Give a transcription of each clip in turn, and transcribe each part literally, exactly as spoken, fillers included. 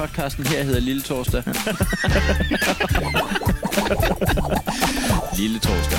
Podcasten her hedder Lille Torsdag. Lille Torsdag.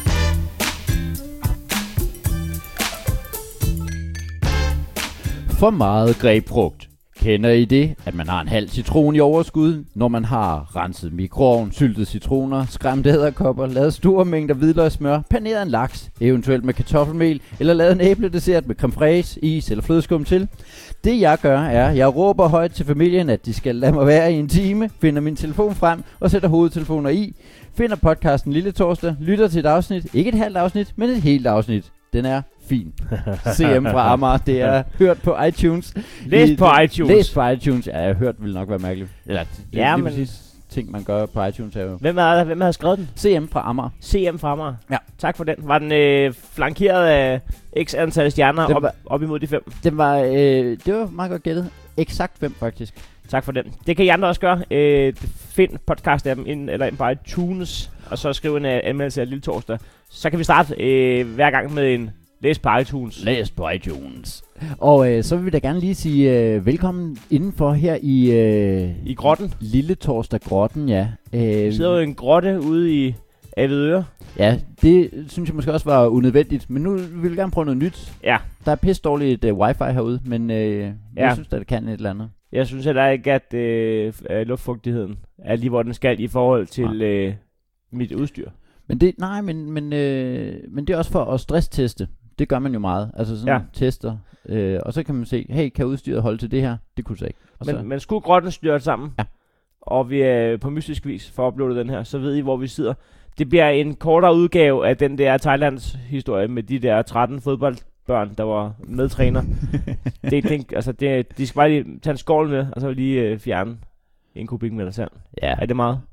For meget grebfrugt. Kender I det, at man har en halv citron i overskud, når man har renset mikroovn, syltet citroner, skræmte edderkopper, lavet store mængder hvidløgssmør, paneret en laks, eventuelt med kartoffelmel, eller lavet en æbledessert med creme fraise, is eller flødeskum til? Det jeg gør er, at jeg råber højt til familien, at de skal lade mig være i en time, finder min telefon frem og sætter hovedtelefoner i, finder podcasten Lille Torsdag, lytter til et afsnit, ikke et halvt afsnit, men et helt afsnit. Den er fin. C M fra Amager, det er hørt på iTunes. Læs på iTunes. Læs på iTunes. Ja, jeg har hørt, vil nok være mærkeligt. Eller, det, ja, det er men... præcis ting, man gør på iTunes. Er jo. Hvem er der? Hvem har skrevet den? C M fra Amager. C M fra Amager. Ja. Tak for den. Var den øh, flankeret af x antal stjerner Den op, var- op imod de fem? Den var, øh, det var meget godt gættet. Eksakt fem, faktisk. Tak for den. Det kan I andre også gøre. Øh, find podcast-appen ind, eller ind på iTunes, og så skriv en uh, anmeldelse af Lille Torsdag. Så kan vi starte øh, hver gang med en læs på iTunes. Læs på iTunes. Og øh, så vil vi da gerne lige sige øh, velkommen indenfor her i... Øh, I grotten. Lille Torsdag Grotten, ja. Øh, Vi sidder jo i en grotte ude i Avedøre. Ja, det synes jeg måske også var unødvendigt. Men nu vil vi gerne prøve noget nyt. Ja. Der er pisse dårligt uh, wifi herude, men øh, Ja. jeg synes, at det kan et eller andet. Jeg synes heller ikke, at øh, øh, luftfugtigheden er lige, hvor den skal i forhold til øh, mit udstyr. Men det, nej, men, men, øh, men det er også for at stressteste. Det gør man jo meget. Altså sådan Ja. tester. Øh, og så kan man se, hey, kan udstyret holde til det her? Det kunne det så ikke. Og så, Men, men skulle grotten styrt sammen, Ja. og vi er på mystisk vis for at uploade den her, så ved I, hvor vi sidder. Det bliver en kortere udgave af den der Thailands historie med de der tretten fodboldbørn, der var medtræner. det, det, altså det, de skal bare lige tage en skål med, og så lige øh, fjerne en kubikmeter sand. ja. Er det meget?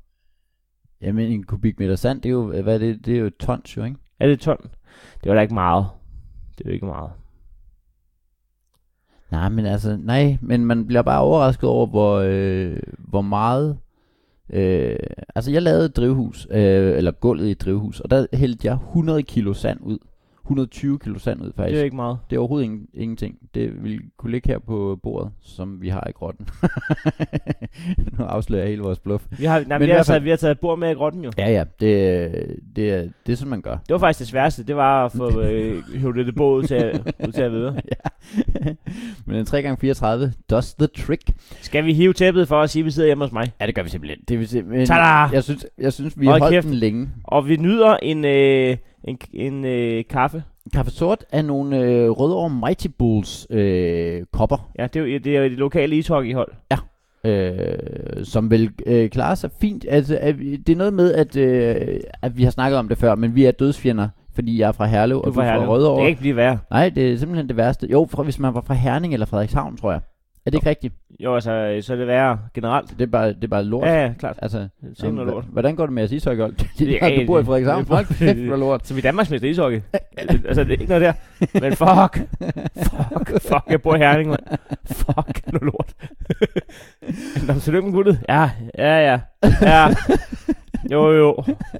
Jamen en kubikmeter sand, det er jo, hvad er det? Det er jo tons jo, ikke? Er det et ton? Det var da ikke meget. Det er jo ikke meget. Nej, men altså, nej, men man bliver bare overrasket over, hvor, øh, hvor meget... Øh, altså, jeg lavede et drivhus, øh, eller gulvet i et drivhus, og der hældte jeg hundrede kilo sand ud. hundrede og tyve kilo sand ud, faktisk. Det er ikke meget. Det er overhovedet ingen, ingenting. Det vil kunne ligge her på bordet, som vi har i grotten. Nu afslører jeg hele vores bluff. Vi har, nej, Men vi, i har hvert fald- taget, vi har taget et bord med i grotten jo. Ja, ja, det, det, er, det er sådan, man gør. Det var faktisk det sværeste. Det var at få øh, hævet det båd ud til, ud til at vide. Ja. Men en tre gange fireogtredive does the trick. Skal vi hive tæppet for at sige, at vi sidder hjemme hos mig? Ja, det gør vi simpelthen. Det vil sige, men Tada! jeg synes, jeg synes, vi Hold har holdt kæft. den længe. Og vi nyder en, øh, en, en øh, kaffe. Kaffe sort er nogle øh, Rødovre Mighty Bulls øh, kopper, Ja, det er jo det, er jo det lokale ishockeyhold. øh, som vil øh, klare sig fint. Altså, er, vi- det er noget med, at, øh, at vi har snakket om det før, men vi er dødsfjender, fordi jeg er fra Herlev, og du er fra Det Rødovre. kan ikke blive værre. Nej, det er simpelthen det værste. Jo, fra, hvis man var fra Herning eller Frederikshavn, tror jeg. Er det ikke rigtigt? Jo, altså, så er det værre generelt. Det er bare, det er bare lort. Ja, ja, klart. Altså, Se noget lort. h- hvordan går det med jeres ishockeyhold? De Det er- der, du bor i Frederikshavn. det er- Hold kæft, hvor lort. Så vi er Danmarksmester i ishockey. Altså, det er ikke noget der. Men fuck. Fuck. Fuck, jeg bor i Herning, mand. Fuck, noget lort. Nå, men tillykke med guldet. Ja, ja, ja. Ja. Jo, jo.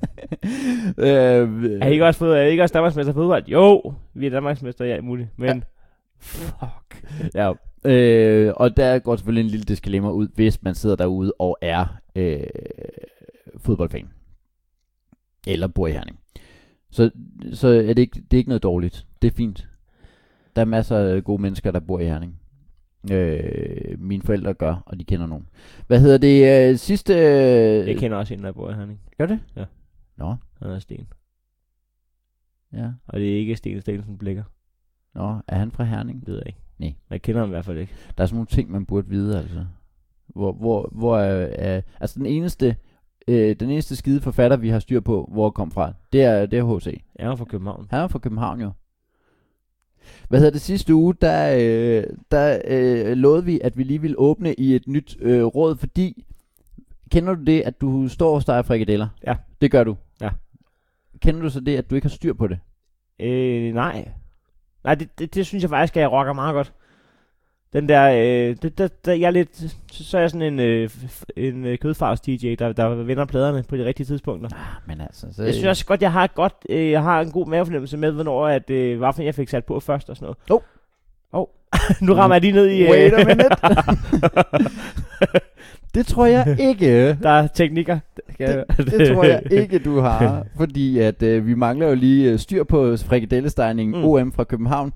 øh, Er I ikke også, fået, er I ikke også Danmarksmester i fodbold? Jo, vi er Danmarksmester, ja, muligt. Men, fuck. Ja, øh, og der går selvfølgelig en lille disclaimer ud, hvis man sidder derude og er øh, fodboldfan. Eller bor i Herning. Så, så er det ikke, det er ikke noget dårligt. Det er fint. Der er masser af gode mennesker, der bor i Herning. Øh, mine forældre gør, og de kender nogen. Hvad hedder det øh, sidste... Øh, Jeg kender også en, der bor i Herning. Gør det? Ja. Nå, Han er Sten. ja. Og det er ikke Sten Stensen Blikker. Nå, er han fra Herning? Det ved jeg ikke. Nej. Men jeg kender ham i hvert fald ikke. Der er sådan nogle ting, man burde vide, altså. Hvor, hvor, hvor er, er... Altså, den eneste... Øh, den eneste skide forfatter, vi har styr på, hvor kom fra, det er, det er H C. Jeg er fra København. Han er fra København, jo. Hvad hedder det sidste uge, der, øh, der øh, lovede vi, at vi lige ville åbne i et nyt øh, råd, fordi... Kender du det, at du står og steger frikadeller? Ja. Det gør du? Ja. Kender du så det, at du ikke har styr på det? Øh, nej. Nej, det, det, det synes jeg faktisk, at jeg rocker meget godt. Den der, øh, det, der, der, jeg er lidt, så, så er jeg sådan en, øh, f- en øh, kødfars-D J, der, der vender pladerne på de rigtige tidspunkter. Ah, men altså... Så, Jeg synes også godt, jeg har et godt, øh, jeg har en god mavefornemmelse med, hvornår at, øh, hvad for en jeg fik sat på først og sådan noget. Åh. Oh. Oh. Nu rammer jeg lige ned i... Øh, Wait a minute. Det tror jeg ikke. Der er teknikker. Det, det tror jeg ikke, du har. Fordi at øh, vi mangler jo lige øh, styr på frikadellestegningen mm. O M fra København.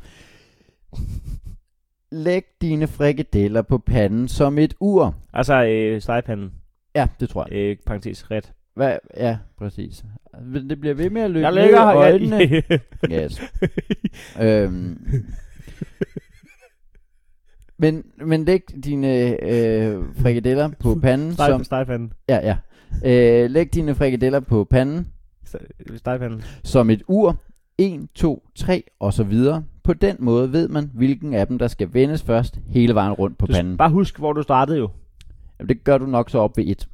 Læg dine frikadeller på panden som et ur. Altså øh, stegepanden. Ja, det tror jeg. Øh, parentes, ret. Hvad? Ja, præcis. Det bliver ved med at løbe jeg ned i øjnene. Yes. øhm. Men, men læg dine øh, frikadeller på panden Steg, som... Stegepanden. Ja, ja. Øh, læg dine frikadeller på panden Stegepanden. som et ur. en, to, tre og så videre. På den måde ved man, hvilken af dem, der skal vendes først hele vejen rundt på du panden. Bare husk, hvor du startede jo. Jamen, det gør du nok så op ved et.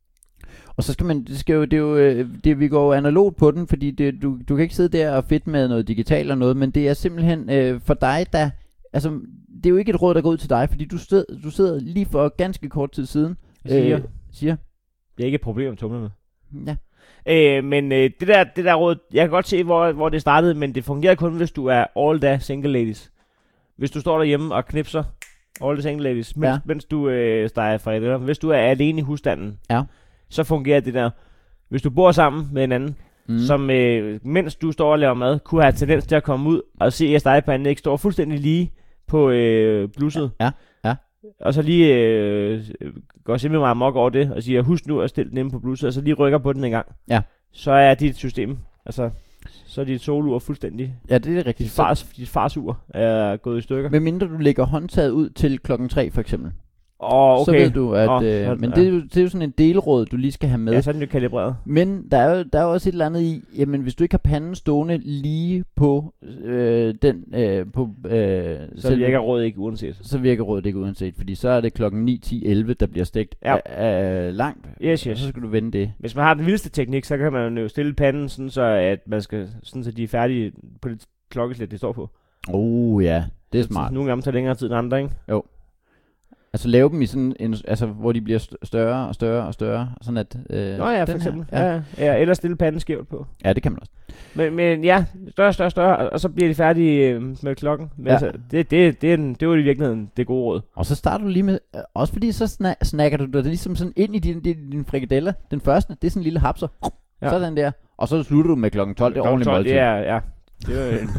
Og så skal man, det skal jo, det er jo, det, vi går jo analogt på den, fordi det, du, du kan ikke sidde der og fedt med noget digitalt eller noget, men det er simpelthen øh, for dig, der, altså, det er jo ikke et råd, der går ud til dig, fordi du, sted, du sidder lige for ganske kort tid siden, siger, øh, siger. Det er ikke et problem om tumlerne. Ja. Øh, men øh, det, der, det der råd, jeg kan godt se, hvor, hvor det startede, men det fungerer kun, hvis du er all da single ladies. Hvis du står derhjemme og knipser all the single ladies, mens, ja. mens du øh, steger frikadeller. Hvis du er alene i husstanden, ja. så fungerer det der. Hvis du bor sammen med en anden, mm. som øh, mens du står og laver mad, kunne have tendens til at komme ud og se, at stegepanden ikke står fuldstændig lige på øh, blusset. Ja, ja. Og så lige øh, går simpelthen meget mok over det, og siger, husk nu at stille den inde på blusset, og så lige rykker på den en gang. Ja. Så er dit system, altså, så er dit solur fuldstændig. Ja, det er rigtigt. Dit, fars, dit farsur er gået i stykker. Men mindre du lægger håndtaget ud til klokken tre, for eksempel. Oh, okay. Så ved du, at... Oh, øh, men ja. det, er jo, det er jo sådan en delråd, du lige skal have med. Ja, så er den jo kalibreret. Men der er jo, der er jo også et eller andet i, jamen hvis du ikke har panden stående lige på øh, den... Øh, på, øh, så selv, virker rådet ikke uanset. Så virker rådet ikke uanset, fordi så er det klokken ni, ti, elleve, der bliver stegt ja. af, af langt. Yes, yes. Og så skal du vende det. Hvis man har den vildeste teknik, så kan man jo stille panden, sådan så, at man skal, sådan så de er færdige på det klokkeslæt, de står på. Oh ja, det er smart. Så nogle gange tager længere tid end andre, ikke? Jo. Altså lave dem i sådan en, altså hvor de bliver større og større og større, sådan at... Øh, Nå ja, for eksempel. Her, ja. Ja, ja, eller stille panden skævt på. Ja, det kan man også. Men, men ja, større, større, større, og så bliver de færdige øh, med klokken. Men ja. altså, det, det, det, er en, det var i virkeligheden det gode råd. Og så starter du lige med, øh, også fordi så sna- snakker du dig ligesom sådan ind i din, din, din frikadeller. Den første, det er sådan en lille hapser. Ja. Sådan der. Og så slutter du med klokken tolv, det er ordentligt måltid. Ja, ja. Det var en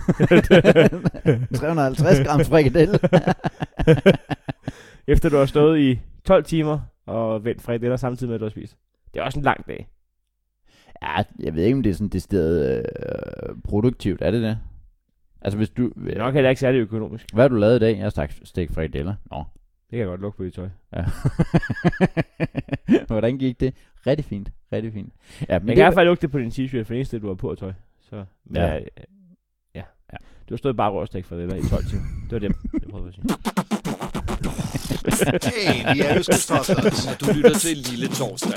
tre hundrede og halvtreds gram frikadelle. Efter du har stået i tolv timer og vendt frikadeller samtidig med, at du har spist. Det er også en lang dag. Ja, jeg ved ikke, om det er sådan decideret øh, produktivt. Er det det? Altså hvis du... Det er nok heller ikke særlig økonomisk. Hvad har du lavet i dag? Jeg har stegt stegt frikadeller. Nå. Det kan jeg godt lukke på dit tøj. Ja. Hvordan gik det? Rigtig fint. Rigtig fint. Ja, men jeg kan i hvert fald lugte det på din t-shirt, for det eneste, du har på tøj. Så, men ja. Jeg, ja. ja. Du har stået bare og stegt frikadeller i tolv timer. Det var det, jeg prøvede at sige. Hey, vi er Østkyst, og du lytter til Lille Torsdag.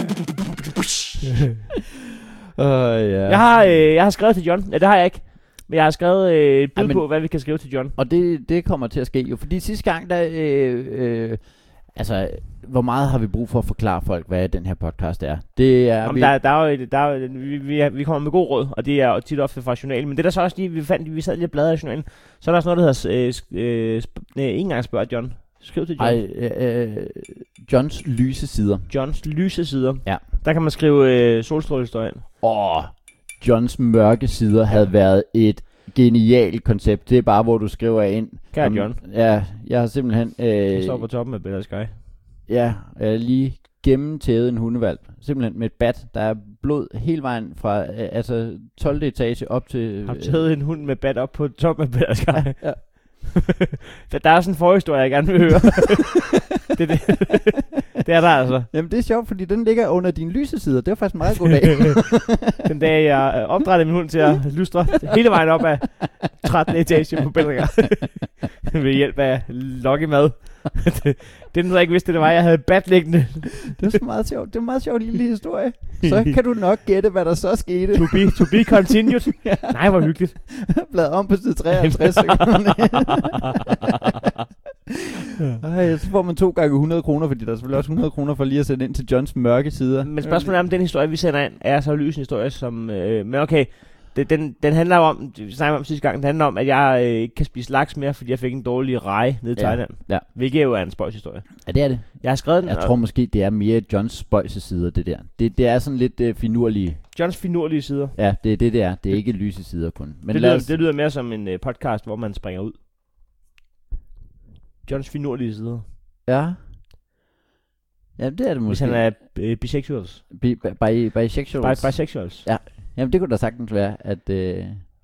uh, yeah. Jeg har, øh, jeg har skrevet til John. Ja, det har jeg ikke. Men jeg har skrevet øh, et bud ja, men, på, hvad vi kan skrive til John. Og det, det kommer til at ske jo. Fordi sidste gang, der... Øh, øh, altså, hvor meget har vi brug for at forklare folk, hvad den her podcast er? Det er... Jamen, vi... der, der er jo... Der er, vi, vi, vi kommer med god råd, og det er tit ofte fra journalen. Men det der så også lige... Vi fandt, vi sad lige og bladrede i journalen. Så er der også noget, der hedder... Øh, øh, sp- nej, ikke engang spørger John. Skriv til John. Ej, øh, øh, Johns lyse sider. Johns lyse sider. Ja. Der kan man skrive øh, solstrålehistorien. Åh, Johns mørke sider havde været et genialt koncept. Det er bare, hvor du skriver ind. Kære John. Ja, jeg har simpelthen... Øh, jeg står på toppen af Better Sky. Ja, jeg har lige gennemtævet en hundevalp. Simpelthen med et bat, der er blod hele vejen fra øh, altså tolvte etage op til... Har du taget en hund med bat op på toppen af Better Sky? Ja. ja. der, der er sådan en forhistorie, jeg gerne vil høre. det, det, det er der altså. Jamen det er sjovt, fordi den ligger under din lyse sider. Det er faktisk en meget god dag. Den dag, jeg opdrættede min hund til at lystre hele vejen op af trettende etage på Belgier. Ved hjælp af lokkemad. det, det er noget, jeg ikke vidste, det var. Jeg havde bat liggende. Det er så meget sjovt. Det er en meget sjov lille historie. Så kan du nok gætte, hvad der så skete. To be, to be continued. Ja. Nej, hvor hyggeligt. Blad om på side treoghalvtreds. Ej, så får man to gange hundrede kroner, fordi der er selvfølgelig også hundrede kroner for lige at sætte ind til Johns mørke sider. Men spørgsmålet er, om den historie, vi sender ind, er så lys en historie, som... Øh, men okay, det, den, den handler om, vi snakkede om sidste gang, den handler om, at jeg øh, ikke kan spise laks mere, fordi jeg fik en dårlig reje nede i Ja. Thailand. Ja. Hvilket jo er en spøjshistorie. Ja, det er det. Jeg har skrevet den, Jeg og tror måske, det er mere Johns spøjse sider, det der. Det, det er sådan lidt øh, finurlige. Johns finurlige sider. Ja, det er det, det er. Det er ikke lyse sider kun. Men det, lad lyder, os... det lyder mere som en øh, podcast, hvor man springer ud. Johns finurlige sider. Ja. Ja, det er det Hvis måske. han er øh, bisexuals. Bi- bi- bi- bisexuals. Bi- bisexuals. Ja. Jamen, det kunne da sagtens være, at... Øh...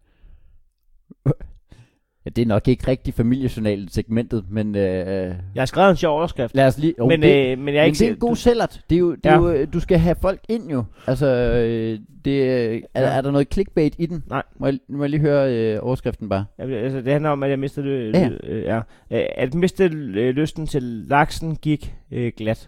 ja, det er nok ikke rigtig familiejournal-segmentet, men... Øh... Jeg har skrevet en sjov overskrift. Lad os lige... Oh, men, det, øh, men jeg er men ikke det er en god sælgert. Det er jo, det er Ja. jo, øh, du skal have folk ind jo. Altså, øh, det, øh, er, Ja. er der noget clickbait i den? Nej. Må jeg, må jeg lige høre øh, overskriften bare? Jeg, altså, det handler om, at jeg mistede øh, Ja. øh, ja. Øh, At miste øh, lysten til laksen gik øh, glat.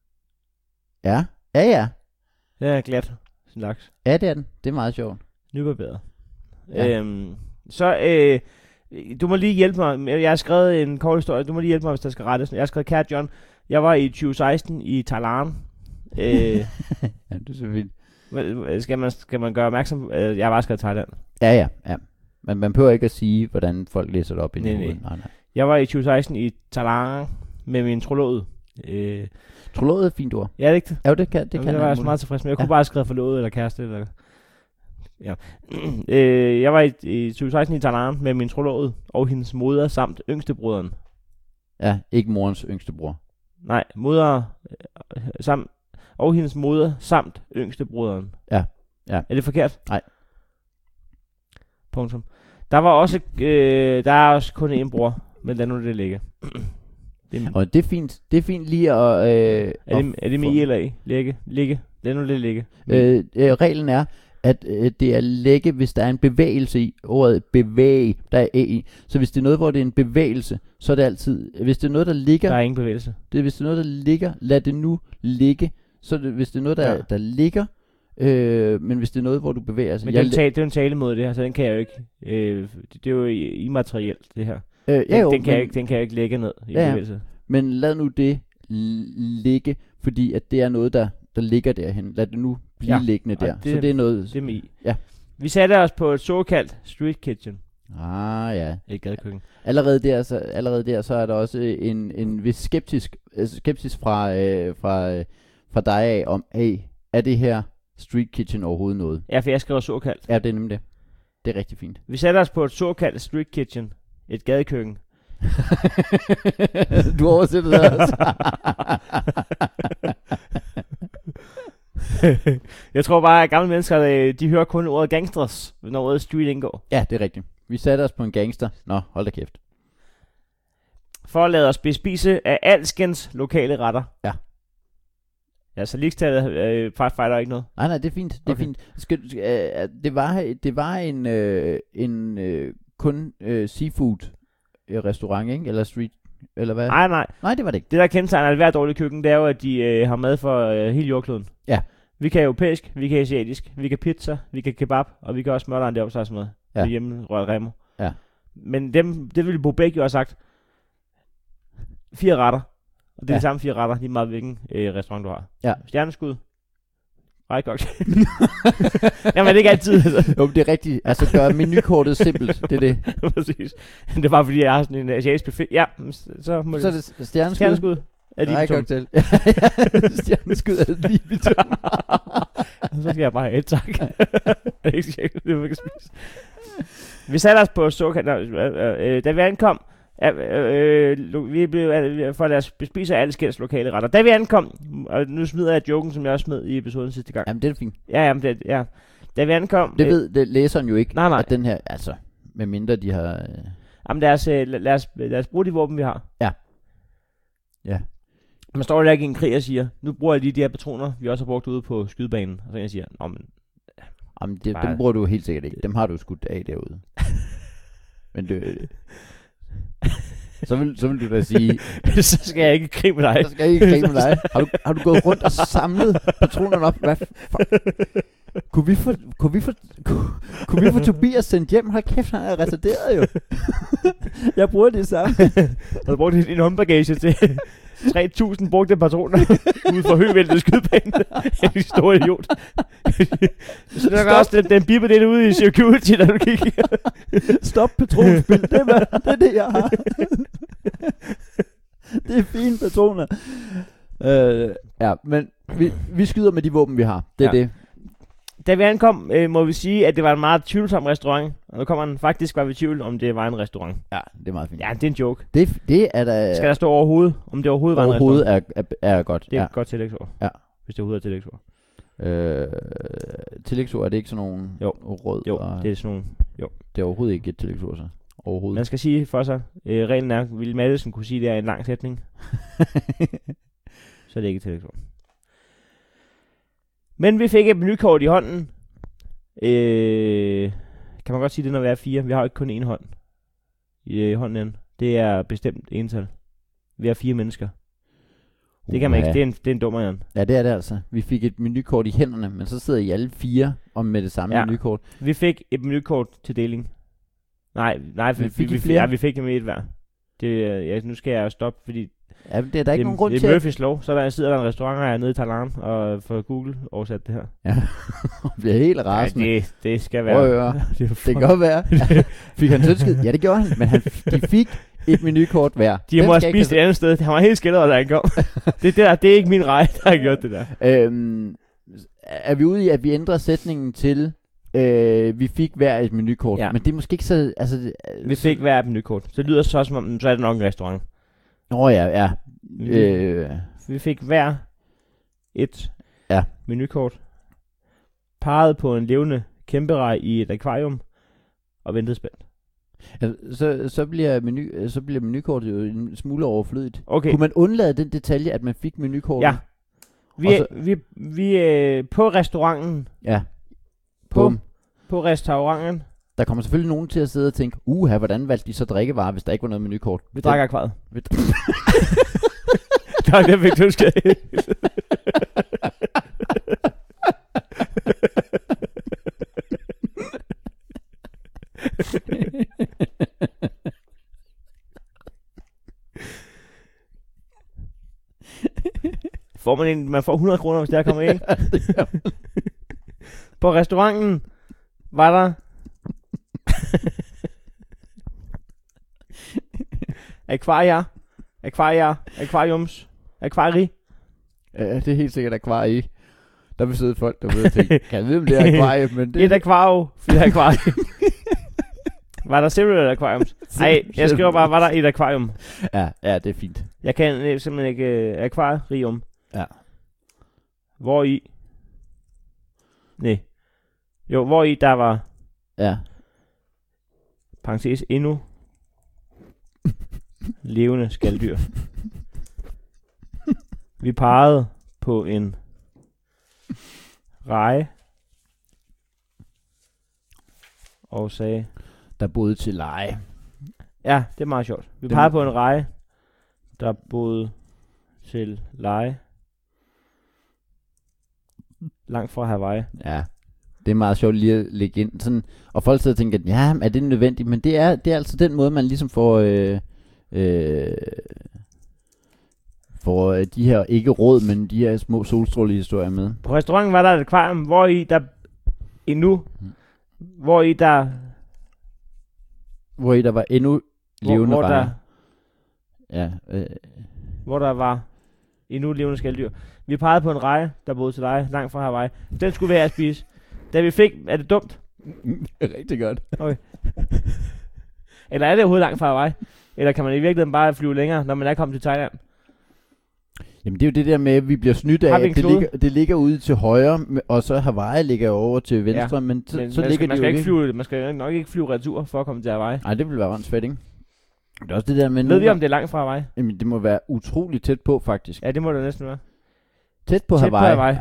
Ja. Ja, ja. Det er glat. Sådan laks. Ja, det er den. Det er meget sjovt. Nybarberet. Ja. Øhm, så øh, du må lige hjælpe mig. Jeg har skrevet en kort historie. Du må lige hjælpe mig, hvis der skal rettes. Jeg har skrevet, kære John, jeg var i tyve seksten i Thailand. øh, Ja, det er så fint. hvad- skal, man, skal man gøre opmærksom? Øh, jeg har bare skrevet Thailand. Ja, ja, ja. Men man behøver ikke at sige, hvordan folk læser det op i Nej, nej. hovedet. Nej, nej. Jeg var i tyve seksten i Thailand med min trolode. Øh, Trolået er et fint ord. ja, det er ikke det? Ja, det kan, det Det kan var jeg alt så muligt. meget tilfreds med. Jeg Ja. kunne bare have skrevet forlovet eller kæreste. Eller... Ja. øh, jeg var i, i tyve seksten i Thailand med min trolode og hendes moder samt yngstebroderen. Ja, ikke morens yngste bror. Nej, moder øh, samt og hendes moder samt yngstebroderen. Ja, ja. Er det forkert? Nej. Punktum. Der var også øh, der er også kun én bror, men lad nu det ligge. Det er, Og det er fint, det er fint lige at... Øh, er, det, er det med I eller A? Ligge? Ligge? Lad nu det ligge. øh, øh, reglen er, at øh, det er lægge, hvis der er en bevægelse i. Ordet bevæge, der er æ i. Så hvis det er noget, hvor det er en bevægelse, så er det altid... Hvis det er noget, der ligger... Der er ingen bevægelse. Det, hvis det er noget, der ligger, lad det nu ligge. Så det, hvis det er noget, der, Ja. ja. der ligger... Øh, men hvis det er noget, hvor du bevæger sig... Men det er, en tale, det er jo en talemåde, det her, så den kan jeg jo ikke... Øh, det, det er jo i- immaterielt, det her. øh, Den, ja, jo, den, kan men, jeg ikke, den kan jeg ikke lægge ned i Ja, ja. bevægelse. men lad nu det l- ligge, fordi at det er noget, der, der ligger derhen. Lad det nu blive Ja, ja. liggende og der. det- så det er noget... Det er med I. Ja. Vi satte os på et såkaldt street kitchen. Ah ja. Et gadekøkken. Allerede der, så, allerede der, så er der også en, en vis skeptisk, altså skepsis fra, øh, fra, øh, fra dig af om, hey, er det her street kitchen overhovedet noget? Ja, for jeg skriver såkaldt. Ja, det er nemlig det. Det er rigtig fint. Vi satte os på et såkaldt street kitchen. Et gadekøkken. Du oversætter det også. Jeg tror bare, at gamle mennesker, øh, de hører kun ordet gangsters, når ordet street indgår. Ja, det er rigtigt. Vi satte os på en gangster. Nå, hold da kæft. For at lade os bespise af alskens lokale retter. Ja. Ja, så ligestallet øh, fejler ikke noget. Nej, nej, det er fint. Det er Okay. fint. Skal, øh, det var det var en øh, en øh, kun øh, seafood øh, restaurant, ikke? Eller street eller hvad? Nej, nej. Nej, det var det ikke. Det, der kendetegner et hvert dårligt køkken, det er jo, at de øh, har mad for øh, hele jordkloden. Ja. Vi kan europæisk, vi kan asiatisk, vi kan pizza, vi kan kebab, og vi kan også smøre det opslagsmad. Ja. Ja. Med hjemme rørt remo. Ja. Men dem, det ville Bobæk jo have sagt. Fire retter. Og det er Ja. de samme fire retter, lige meget hvilken øh, restaurant du har. Ja. Stjerneskud. Rejkogt. Jamen, det er ikke altid. Jo, det er rigtigt. Altså, gør menukortet simpelt. Det er det. Præcis. Det er bare fordi, jeg har sådan en asiatisk buffet. Ja, så må Så er det... det stjerneskud. Stjerneskud. Er lige Nej, beton. cocktail. Stjerneskud er lige beton. Så skal jeg bare have et, tak. Det er ikke sikkert, det er ikke spise. Vi satte os på såkaldt... Øh, øh, øh, da vi ankom... Øh, øh, lo- vi blev øh, for at bespise alle skænds lokale retter. Da vi ankom... Og nu smider jeg joken, som jeg også smed i episoden sidste gang. Jamen, det er fint. Ja, jamen, det, ja. Da vi ankom... Det øh, ved det læseren jo ikke. Nej, nej. At den her, altså, med mindre de har... Øh, Jamen, lad os, øh, lad, os, lad os bruge de våben, vi har. Ja. Ja. Man står der ikke i en krig og siger, nu bruger jeg lige de her patroner, vi også har brugt ude på skydebanen. Og så jeg siger, nå, men Jamen, det, Bare- dem bruger du helt sikkert ikke. Dem har du skudt af derude. Men det... Så vil, så vil du da sige, så skal jeg ikke i krig med dig. så skal jeg ikke grine med dig. Har du, har du gået rundt og samlet patronerne op? Hvad for? Kunne vi få, kunne vi få, kunne, kunne vi få Tobias sendt hjem? Hold kæft, han er retarderet jo. Jeg bruger det samme. Har du brugt din, din håndbagage til, tre tusind brugte patroner ude for høvæltet skydebane. En stor idiot. Så der også den, den bipper lidt ude i security, da du gik. Stop patronspil, det er, det er det, jeg har. Det er fine patroner. Øh, ja, men vi, vi skyder med de våben, vi har. Det er Ja. det. Da vi ankom, øh, må vi sige, at det var en meget tvivlsom restaurant. Og nu kommer den faktisk var vi i tvivl, om det var en restaurant. Ja, det er meget fint. Ja, det er en joke. Det, det er da... Skal der stå overhovedet, om det overhovedet var en overhovedet restaurant? er, er, er godt. Det er ja. et godt tillægsord. Ja. Hvis det overhovedet er et tillægsord. Øh, tillægsord, er det ikke sådan nogle Jo. rød? Jo, og, det er sådan nogle... Jo. det er overhovedet ikke et tillægsord, så. Overhovedet. Man skal sige for sig, øh, reglen er, Ville Madsen kunne sige, at det er en lang sætning. Så er det ikke et tillægsord. Men vi fik et menukort i hånden. Øh, kan man godt sige det, når vi er fire? Vi har jo ikke kun én hånd i øh, hånden. Det er bestemt ental. Vi er fire mennesker. Det kan man ikke. Det er en, det er en dummer, Jan. Ja, det er det altså. Vi fik et menukort i hænderne, men så sidder I alle fire om med det samme Ja. menukort. Vi fik et menukort til deling. Nej, nej, vi, Men fik vi, I vi, flere? ja, vi fik dem i et hver. Det, øh, ja, nu skal jeg stoppe, fordi Ja, det er der ikke det, nogen grund det til er at... Murphys lov. Så der sidder der en restaurant her nede i Thailand og for Google oversat det her. Ja, bliver helt Ja, rasende. det, det skal Prøv at være. høre. det, er Det for- kan godt være. Fik han tilskid? Ja, det gjorde han. Men han, de fik et menukort hver. De Den må have skal spist et ikke andet sted. Han var helt skildret, da han kom. det, det, der, det er ikke min rej, der har gjort det der. have- Øhm, er vi ude i, at vi ændrer sætningen til, øh, vi fik hver et menukort? Ja. Men det er måske ikke så... Altså, det- Vi fik hver et menukort. Så det lyder så som om, så er det nok en restaurant. Nå ja, ja. Vi, Øh, vi fik hver et Ja. menukort. Parret på en levende kæmperej i et akvarium. Og ventede spændt. ja, så, så, bliver menu, så bliver menukortet jo en smule overflødigt. Okay. Kunne man undlade den detalje, at man fik menukortet? Ja. Vi, Og er, så- vi, vi er på restauranten. Ja. På, Bum. på restauranten. Der kommer selvfølgelig nogen til at sidde og tænke, uha, hvordan valgte de så drikkevarer, hvis der ikke var noget menukort? Vi drak akvariet. Vi Tak, det fik du skade. Får man en, man får hundrede kroner, hvis der kommer ind. På restauranten var der akvarier, akvarier, akvariums, akvari. Ja, det er helt sikkert akvarie. Der vil sidde folk, der ved at tænke, kan jeg vide, om det er akvarie, men det Et akvario, flere akvarier. Var der several aquariums? Nej, jeg skriver bare, var der et akvarium? Ja, ja, det er fint. Jeg kan øh, simpelthen ikke øh, akvarium. Ja. Hvor i? Nej. Jo, hvor i der var, Ja. parentes, endnu levende skalddyr. Vi pegede på en reje og sagde, Der boede til leje. ja, det er meget sjovt. Vi Det pegede må- på en reje, der boede til leje langt fra Hawaii. Ja. Det er meget sjovt lige at lægge ind. Sådan, og folk sidder og tænker, ja, er det nødvendigt? Men det er, det er altså den måde, man ligesom får, øh, øh, får øh, de her, ikke råd, men de her små solstrålehistorier med. På restauranten var der et akvarium, hvor i der endnu, Mm. hvor i der, Hvor i der var endnu hvor, levende hvor der, rejer. Ja, øh, hvor der var endnu levende skalddyr. Vi pegede på en reje, der boede til leje langt fra Hawaii. Den skulle vi have at spise. Da vi fik, er det dumt? rigtig godt. Eller er det overhovedet langt fra Hawaii? Eller kan man i virkeligheden bare flyve længere, når man er kommet til Thailand? Jamen det er jo det der med, at vi bliver snydt af, Har vi en at det klode? ligger, det ligger ude til højre, med- og så Hawaii ligger over til venstre, Ja, men så, Men så man, ligger skal, man, de skal jo ikke ikke. flyve, man skal nok ikke flyve retur for at komme til Hawaii. Nej, det ville være vanskeligt, ikke? Det er også det der med... Ved nogle vi, om gange- det er langt fra Hawaii? Jamen det må være utroligt tæt på, faktisk. Ja, det må det næsten være. Tæt på Tæt Hawaii. på Hawaii.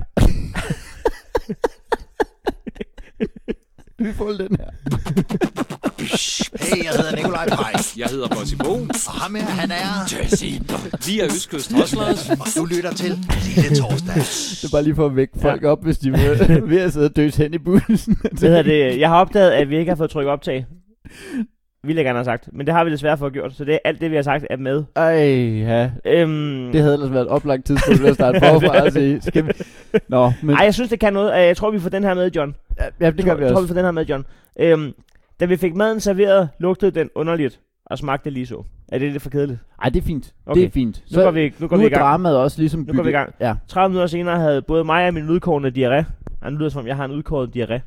Vi får den her. Hey, jeg hedder Nikolaj Pajk, Jeg hedder Bossy Bo. og ham her, han er... Vi er Østkyst Hoslers. Og du lytter til Lille Torsdag. Det er bare lige for at vække folk op, hvis de vil, ved at sidde og døse hen i bussen. Det hedder det. Jeg har opdaget, at vi ikke har fået trykket optag. ville jeg gerne have sagt. Men det har vi desværre fået gjort, så det er alt det, vi har sagt, er med. Ej, ja. Øhm, Det havde ellers været et oplagt tidspunkt at starte forfra at sige. Skal vi... Nå, men... Ej, jeg synes, det kan noget. Jeg tror, vi får den her med, John. Ja, det gør vi Jeg tror, vi også. får den her med, John. Øhm, da vi fik maden serveret, lugtede den underligt og smagte lige så. Er det lidt for kedeligt? Ej, det er fint. Okay. Det er fint. Nu går vi, nu går nu vi i er gang. dramaet også ligesom Nu går vi i gang. Ja. tredive minutter senere havde både mig og min udkårende diarré. Ej, nu lyder det som om, jeg har en udkåret diarré.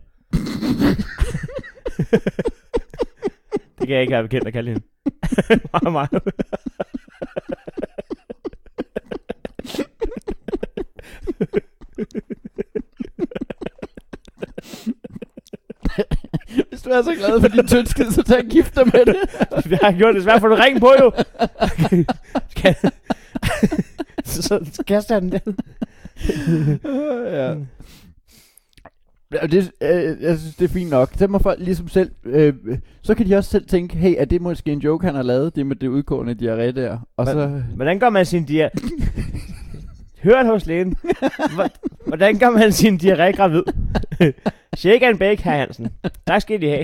Det kan jeg ikke have bekendt at kalde hende. Meget, meget. Hvis du er så glad for din tyndskid, så tag en gift dig med det. Jeg har gjort det svært, for du ringe på jo. Okay. Skal... så, så, så kaster jeg den der. Ja. Ja, det, øh, jeg synes, det er fint nok. Så må folk ligesom selv... Øh, så kan de også selv tænke, hey, er det måske en joke, han har lavet? Det med det udgående diarré der. Og Hva- så... Hvordan gør man sin diarré... Hørt hos lægen. Hvordan gør man sin diarré gravid? Shake and bake, herr Hansen. Tak skal I have.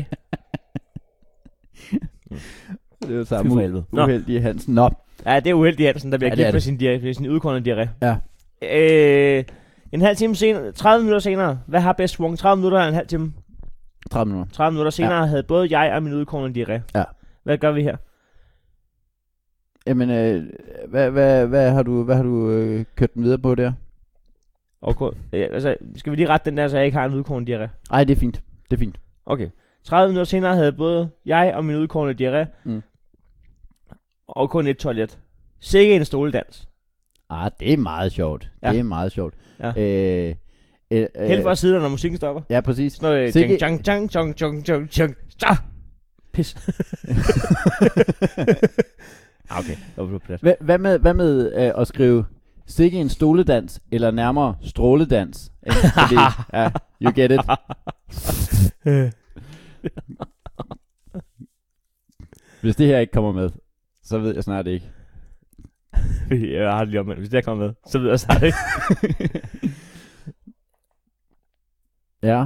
Det er jo Fy samme for helvede. Nå. uheldige Hansen. Nå. Ja, det er uheldigt Hansen, der bliver Ja, det gift er med sin, diarré, med sin udkårende diarré. Ja. Øh, en halv time senere, tredive minutter senere. Hvad har bedst swung? tredive minutter og en halv time. tredive minutter. tredive minutter senere ja. havde både jeg og min udkårende diarré. Ja. Hvad gør vi her? Jamen, øh, hvad, hvad, hvad har du, hvad har du øh, kørt den videre på der? Okay. Øh, altså, skal vi lige rette den der, så jeg ikke har en udkårende diarré? Ej, det er fint. Det er fint. Okay. tredive minutter senere havde både jeg og min udkårende diarré. Mm. Og kun et toilet. Sikke en stoledans. Ah, det er meget sjovt. Ja. Det er meget sjovt. Ja. Øh, øh, øh, Helt for siden, når musikken stopper. Ja, præcis. Sådan noget, Sikke- tjang, tjang, tjang, tjang, tjang, tjang, tjang. Pis. Okay, det var på plads. Hva, hvad med, hvad med øh, at skrive sikke en stoledans, eller nærmere stråledans? Ikke? Fordi, ja, you get it. Hvis det her ikke kommer med, så ved jeg snart det ikke. Jeg har det lige om, men hvis det er kommet med, så ved jeg snart ikke. Ja.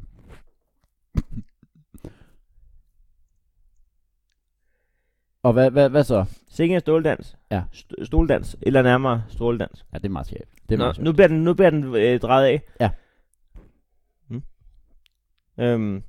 Og hvad, hvad, hvad så? Sikke en stoledans. Ja. St- stoledans, eller nærmere stoledans. Ja, det er meget sjovt. Det er Nå, meget sjovt. nu bliver den, nu bliver den øh, drejet af. Ja. Hmm. Øhm.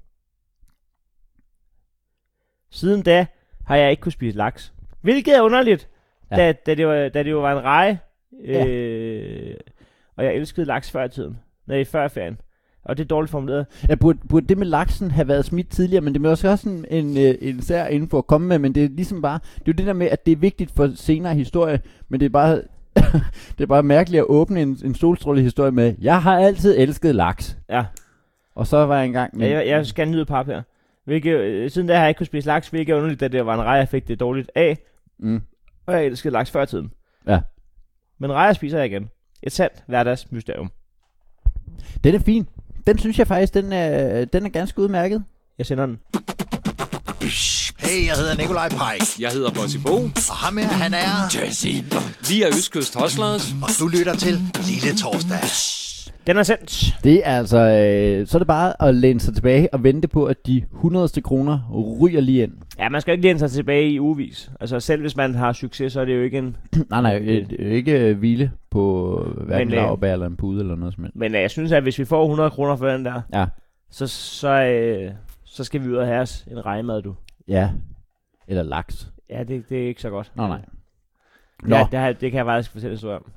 Siden da har jeg ikke kunne spise laks. Hvilket er underligt, Ja. da, da, det var, da det jo var en reje. Ja. Øh, og jeg elskede laks før i tiden. Nej, før ferien. Og det er dårligt formuleret. Ja, burde, burde det med laksen have været smidt tidligere, men det er også også en, en, øh, en sær info at komme med, men det er ligesom bare, det er jo det der med, at det er vigtigt for senere historie, men det er bare, det er bare mærkeligt at åbne en, en solstrålehistorie med, jeg har altid elsket laks. Ja. Og så var jeg engang med, Ja, jeg, jeg skal nyde pap her. Hvilket, øh, siden da har jeg ikke kunne spise laks, hvilket er underligt, da det var en reje, jeg fik det dårligt af. mm, Og jeg elskede laks før i tiden. Ja. Men rejer spiser jeg igen. Et sandt hverdagsmysterium. den er fin. Den synes jeg faktisk, den er, den er ganske udmærket. Jeg sender den. Hey, jeg hedder Nikolaj Pike. Jeg hedder Bossy Bo. Og ham her, han er... Jesse. Vi er Østkyst Hustlers. Og du lytter til Lille Torsdag. Den er sendt. Det er altså, øh, så er det bare at læne sig tilbage og vente på, at de hundredste kroner ryger lige ind. Ja, man skal jo ikke læne sig tilbage i ugevis. Altså selv hvis man har succes, så er det jo ikke en... nej, nej, øh, det er jo ikke øh, hvile på hverken Men, øh, laurbær eller en pude eller noget som helst. Men øh, jeg synes, at hvis vi får hundrede kroner for den der, Ja, så, så, øh, så skal vi ud og have os en rejemad, du. ja. Eller laks. Ja, det, det er ikke så godt. Nå, nej. Nå. Ja, det, har, det kan jeg faktisk fortælle en historie om.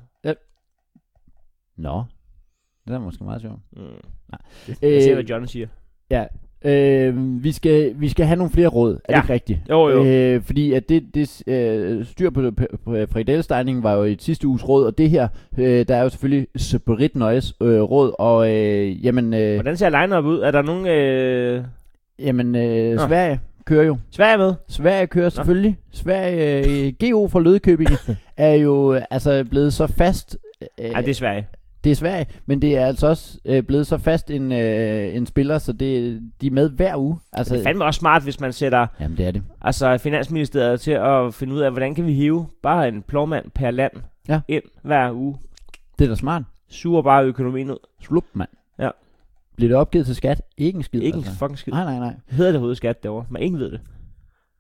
Nå. Det er måske meget sjovt. Mm. Nej. Jeg ser, Øh, hvad John siger. Ja. Øh, vi, skal, vi skal have nogle flere råd. Er Ja. det ikke rigtigt? Jo, jo. Øh, fordi at det, det øh, styr på, på, på frikadellestegningen var jo i sidste uges råd, og det her, øh, der er jo selvfølgelig Spirit Noise øh, råd, og øh, jamen, øh, Hvordan ser line-up ud? Er der nogen... Øh... jamen øh, Nå. Sverige kører jo. Sverige med? Sverige kører selvfølgelig. Sverige, øh, G O fra Lødekøbing er jo øh, altså blevet så fast. Øh, Nej, det er Sverige. Det er Sverige, men det er altså også øh, blevet så fast en, øh, en spiller, så det, de er med hver uge. Altså, Det er fandme også smart, hvis man sætter jamen, det er det. altså Finansministeriet til at finde ud af, hvordan kan vi hive bare en plovmand per land Ja. ind hver uge. Det er da smart. Suger bare økonomien ud. Slup, mand. Ja. Bliver det opgivet til skat? Ikke en skid. Ikke en altså. fucking skid. Nej, nej, nej. Hedder det hovedet skat derovre? Men ingen ved det.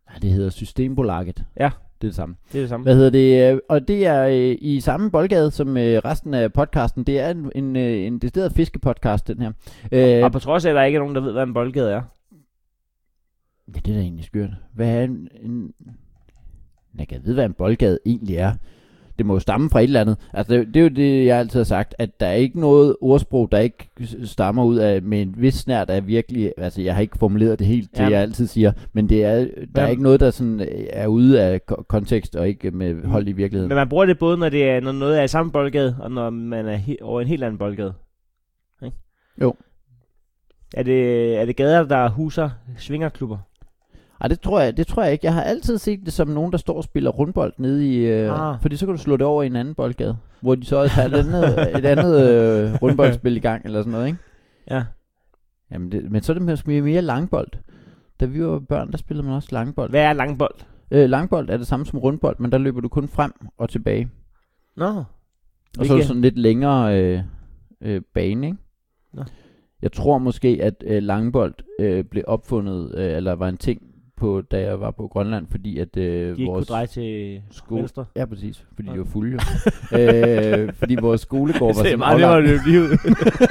Ja, det hedder Systembolaget. Ja. Det er det samme. Det er det samme. Hvad hedder det? øh, Og det er øh, i samme boldgade som øh, resten af podcasten. Det er en, en, øh, en decideret fiskepodcast, den her. Øh, Og på trods af, at der ikke er nogen, der ved, hvad en boldgade er. Ja, det er da egentlig skørt. Hvad er en, en... Jeg kan vide, hvad en boldgade egentlig er. Det må jo stamme fra et eller andet. Altså, det, det er jo det, jeg altid har sagt, at der er ikke noget ordsprog, der ikke stammer ud af, med en vis snært af virkelig... Altså, jeg har ikke formuleret det helt, det Ja. jeg altid siger, men det er, der Hvad? er ikke noget, der sådan øh, er ude af ko- kontekst og ikke med hold i virkeligheden. Men man bruger det både, når, det er, når noget er i samme boldgade, og når man er he- over en helt anden boldgade. Ikke? Jo. Er det, er det gader, der huser svingerklubber? Ej, det tror jeg, det tror jeg ikke. Jeg har altid set det som nogen, der står og spiller rundbold nede i... Øh, Ah. Fordi så kan du slå det over i en anden boldgade, hvor de så også har et andet, et andet øh, rundboldspil i gang, eller sådan noget, ikke? Ja. Jamen det, men så er det måske mere langbold. Da vi var børn, der spillede man også langbold. Hvad er langbold? Øh, langbold er det samme som rundbold, men der løber du kun frem og tilbage. Nå. Og så er det Hvilke- sådan lidt længere øh, øh, bane, ikke? Nå. Jeg tror måske, at øh, langbold øh, blev opfundet, øh, eller var en ting, på, da jeg var på Grønland, fordi at øh, De ikke vores kunne dreje til sko- venstre. Ja, præcis. Fordi Okay. de var fulde jo. øh, fordi vores skolegård var Det er sådan meget nemmere at aflagt. løbe lige ud.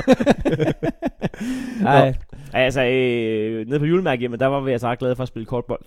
Nej, Ej, altså øh, nede på julemærkehjemmet, der var vi altså ret glade for at spille kortbold.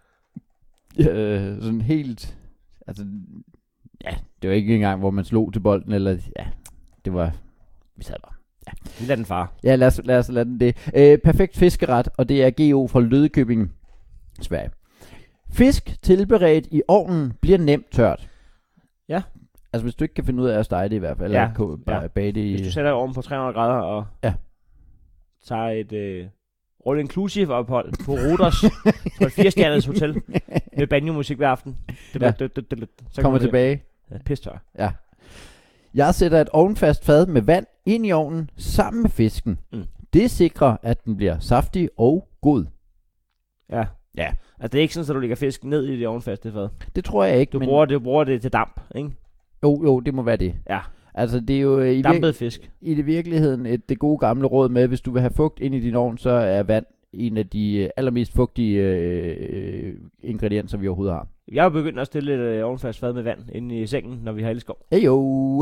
øh, sådan helt... Altså, ja, det var ikke engang, hvor man slog til bolden, eller... Ja, det var... Vi sad bare. Lad den far. Ja, lad os, lad os lade den det. Øh, perfekt fiskeret, og det er G O fra Lødekøbing, Sverige. Fisk tilberedt i ovnen bliver nemt tørt. Ja. Altså, hvis du ikke kan finde ud af at stege det i hvert fald, Ja, eller ko- bare ja. bage det i... Hvis du sætter oven på tre hundrede grader og Ja. tager et øh, all-inclusive ophold på Ruders på et fire-stjerners hotel med banjo-musik hver aften. Det, Ja. det, det, det, det, så kommer tilbage. Ja, pistør. Ja. Jeg sætter et ovnfast fad med vand ind i ovnen sammen med fisken. Mm. Det sikrer, at den bliver saftig og god. Ja. Ja. Altså, det er ikke sådan, at du lægger fisk ned i det ovnfaste fad. Det tror jeg ikke, Du, men... bruger, det, du bruger det til damp, ikke? Jo, jo, det må være det. Ja. Altså, det er jo øh, i, vir- Dampet fisk. i det virkeligheden et, det gode gamle råd med, hvis du vil have fugt ind i din ovn, så er vand en af de øh, allermest fugtige øh, ingredienser, vi overhovedet har. Jeg har begyndt at stille et øh, ovnfast fad med vand inde i sengen, når vi har elskov. Hey jo.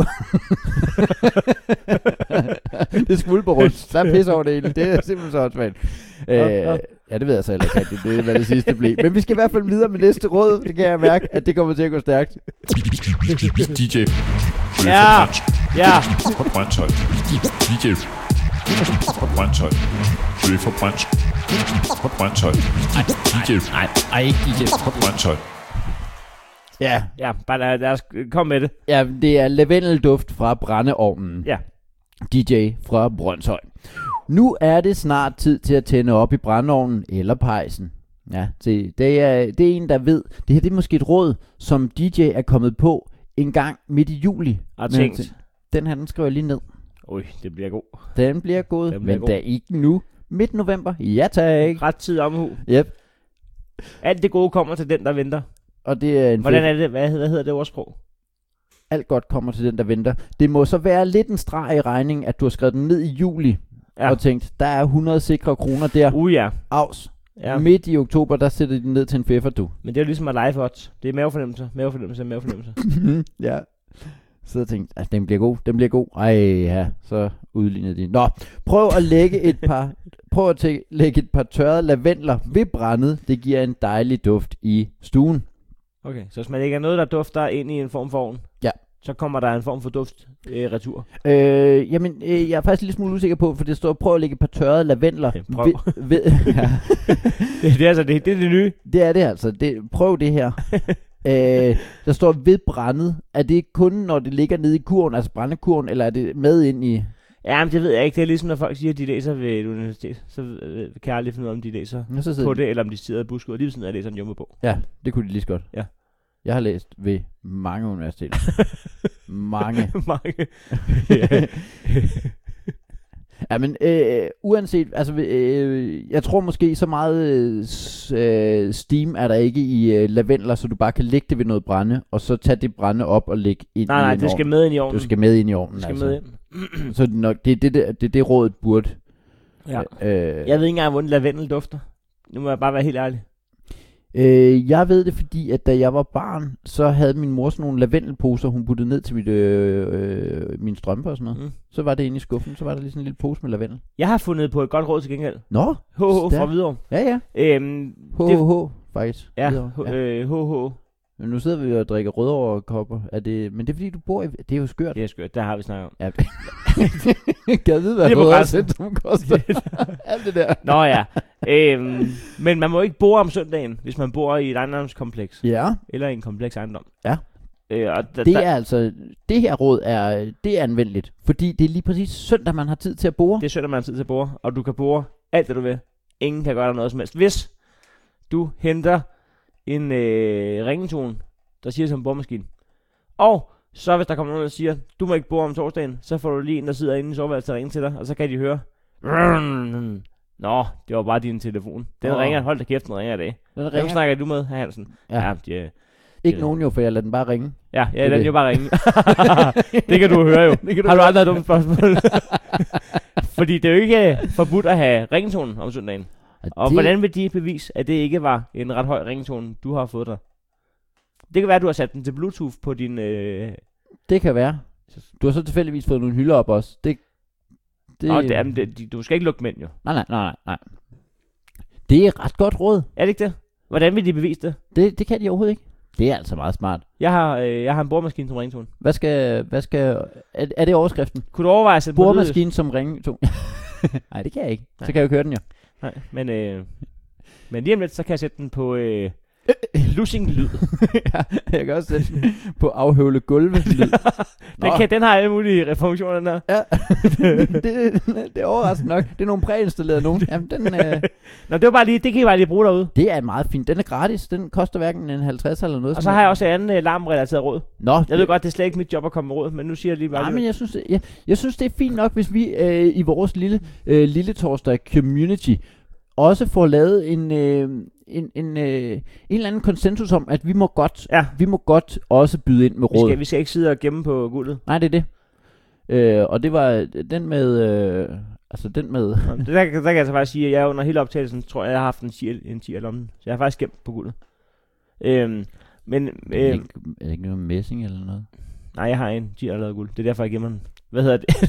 Det er skvulper rundt. Der er pis over det hele. Det er simpelthen så åndssvagt. Øh, Ja, ja. ja, det ved jeg så heller ikke rigtigt. Det er, hvad det sidste blev. Men vi skal i hvert fald videre med næste råd. Det kan jeg mærke, at det kommer til at gå stærkt. D J. Ja. Ja. Fra Brøndshøj. D J. Fra Brøndshøj. Løb fra Brøndshøj. Fra Brøndshøj. D J. Nej, ej, ikke D J. Fra Brøndshøj. Ja, Ja, bare lad, lad os komme med det. ja, det er lavendelduft fra brændeovnen. Ja. D J fra Brøndshøj. Nu er det snart tid til at tænde op i brændeovnen eller pejsen. Ja, det, det, er, det er en, der ved. Det her det er måske et råd, som D J er kommet på en gang midt i juli. Og Men tænkt, Den her, den skriver jeg lige ned. ui, det bliver god. Den bliver god, Den bliver men god. da ikke nu. Midt november. Ja, tak. Ret tid omhu. Yep. Alt det gode kommer til den, der venter. Og det er en Hvordan fed- er det? Hvad, hvad hedder det ordsprog? alt godt kommer til den, der venter. Det må så være lidt en streg i regningen, at du har skrevet den ned i juli. Ja. Og tænkt, der er hundrede sikre kroner der. Uh ja. Avs. ja. Midt i oktober, der sætter de den ned til en feffer, du. Men det er jo ligesom at live odds. Det er mavefornemmelse, mavefornemmelse, mavefornemmelse. Ja. Så jeg tænkte, altså, den bliver god, den bliver god. Ej, ja, så udlignede de. Nå, prøv at lægge et par, prøv at tæ- lægge et par tørrede lavendler ved brændet. Det giver en dejlig duft i stuen. Okay, så hvis man lægger noget, der dufter ind i en form for ovn, Ja. så kommer der en form for duft øh, retur. Øh, jamen, øh, jeg er faktisk lidt smule usikker på, for det står, prøv at lægge et par tørrede lavendler. Okay, prøv. ved, ved, ja, det, det er altså det, det, er det nye. det er det altså. Det, prøv det her. øh, der står ved brændet. Er det kun, når det ligger nede i kurven, altså brændekurven, eller er det med ind i... Ja, men det ved jeg ikke. Det er ligesom, når folk siger, at de læser ved et universitet. Så øh, kan jeg aldrig finde ud af, om de læser Nå, så sidder på de- det, eller om de sidder i busket. Og lige ved siden af, jeg læser en jumbo-bog. Ja, det kunne de lige så godt. Ja. Jeg har læst ved mange universiteter. mange. Mange. Ja, men øh, uanset, altså øh, jeg tror måske så meget øh, s- øh, steam er der ikke i øh, lavendler, så du bare kan lægge det ved noget brænde, og så tage det brænde op og lægge ind nej, i nej, en det skal ovn. med ind i ovnen. Du skal med ind i ovnen, Det skal altså. med ind. Så det, er nok, det, er det, det, det er det rådet burde. Ja. Øh, Jeg ved ikke engang, hvordan lavendel dufter. Nu må jeg bare være helt ærlig. Øh, jeg ved det, fordi at da jeg var barn, så havde min mor sådan nogle lavendelposer, hun puttede ned til mit, øh, øh, mine strømper og sådan noget. Mm. Så var det inde i skuffen, så var der lige sådan en lille pose med lavendel. Jeg har fundet på et godt råd til gengæld. Nå, H H fra stærkt. Hvidovre. Ja, ja. Øhm, H H, faktisk. ja, Videre. H- øh, H H. Men nu sidder vi og drikker rødovrekopper. Er det, men det er fordi, du bor i... Det er jo skørt. Det er skørt, der har vi snakket om. Ja. Kan jeg vide, hvad Det er på rødovre grænsen. centrum koster? Alt det der. Nå ja. øhm, men man må ikke bore om søndagen, hvis man bor i et ejendomskompleks. Ja, Eller i en kompleks ejendom. Ja. Øh, og da, det der, er altså... Det her råd er, det er anvendeligt. Fordi det er lige præcis søndag, man har tid til at bore. det er søndag, man har tid til at bore. Og du kan bore alt det, du vil. Ingen kan gøre dig noget som helst. Hvis du henter en øh, ringetone, der siger som en boremaskine. Og så hvis der kommer nogen, der siger, du må ikke bore om torsdagen, så får du lige en, der sidder inde i soveværelset og ringer til dig, og så kan de høre. Nå, det var bare din telefon. Den Åh. ringer, hold da kæft, den ringer i dag. Den Hvem ringer. snakker du med, herr Hansen? Ja. Ja, de, Ikke nogen jo, for jeg lader den bare ringe. ja, ja Det er den det. jo bare ringe. Det kan du høre jo. Det kan du Har du høre. aldrig et dumt spørgsmål? Fordi det er jo ikke forbudt at have ringetonen om søndagen. Og det, hvordan vil de bevise, at det ikke var en ret høj ringetone, du har fået dig? Det kan være, at du har sat den til Bluetooth på din... Øh... det kan være. Du har så tilfældigvis fået nogle hylder op også. Det, det, Nå, det, jamen, det, de- du skal ikke lukke mænd jo. nej, nej, nej, nej, nej. Det er ret godt råd. Er det ikke det? Hvordan vil de bevise det? Det, det kan de overhovedet ikke. Det er altså meget smart. Jeg har, øh, jeg har en boremaskine som ringetone. Hvad skal... Hvad skal er, er det overskriften? Kunne du overveje at sætte på lyd? Boremaskine som ringetone. Nej, det kan jeg ikke. Så Nej. kan jeg jo køre den jo. Nej, men, øh, men lige om lidt, så kan jeg sætte den på øh, lussing-lyd. Ja, jeg kan også sætte den på afhøvle gulve. Den, kan, den har alle mulige funktioner, den her. Ja, det, det, det er overraskende nok. Det er nogle præinstallerede nogen. Jamen, den, øh, Nå, det var bare lige, det kan I bare lige bruge derude. det er meget fint. Den er gratis. Den koster hverken en halvtreds eller noget. Og så som har jeg helst. også et andet øh, larmrelateret råd. Nå, Jeg ved godt, det er slet ikke mit job at komme med råd, men nu siger jeg lige bare Nej, lige. men jeg synes, det, jeg, jeg synes, det er fint nok, hvis vi øh, i vores lille, øh, lille torsdag community også får lavet en, øh, en, en, øh, en eller anden konsensus om, at vi må godt, Ja, vi må godt også byde ind med vi råd. skal, vi skal ikke sidde og gemme på guldet. Nej, det er det. Øh, og det var den med, øh, altså den med, Nå, det der, der kan jeg så faktisk sige, at jeg under hele optagelsen, tror jeg, jeg har haft en tier, en tier lommen. Så jeg har faktisk gemt på guldet. Øhm, men, er, det øhm, ikke, er det ikke noget messing eller noget? nej, jeg har en tier, der lavet guld. Det er derfor, jeg gemmer den. Hvad hedder det?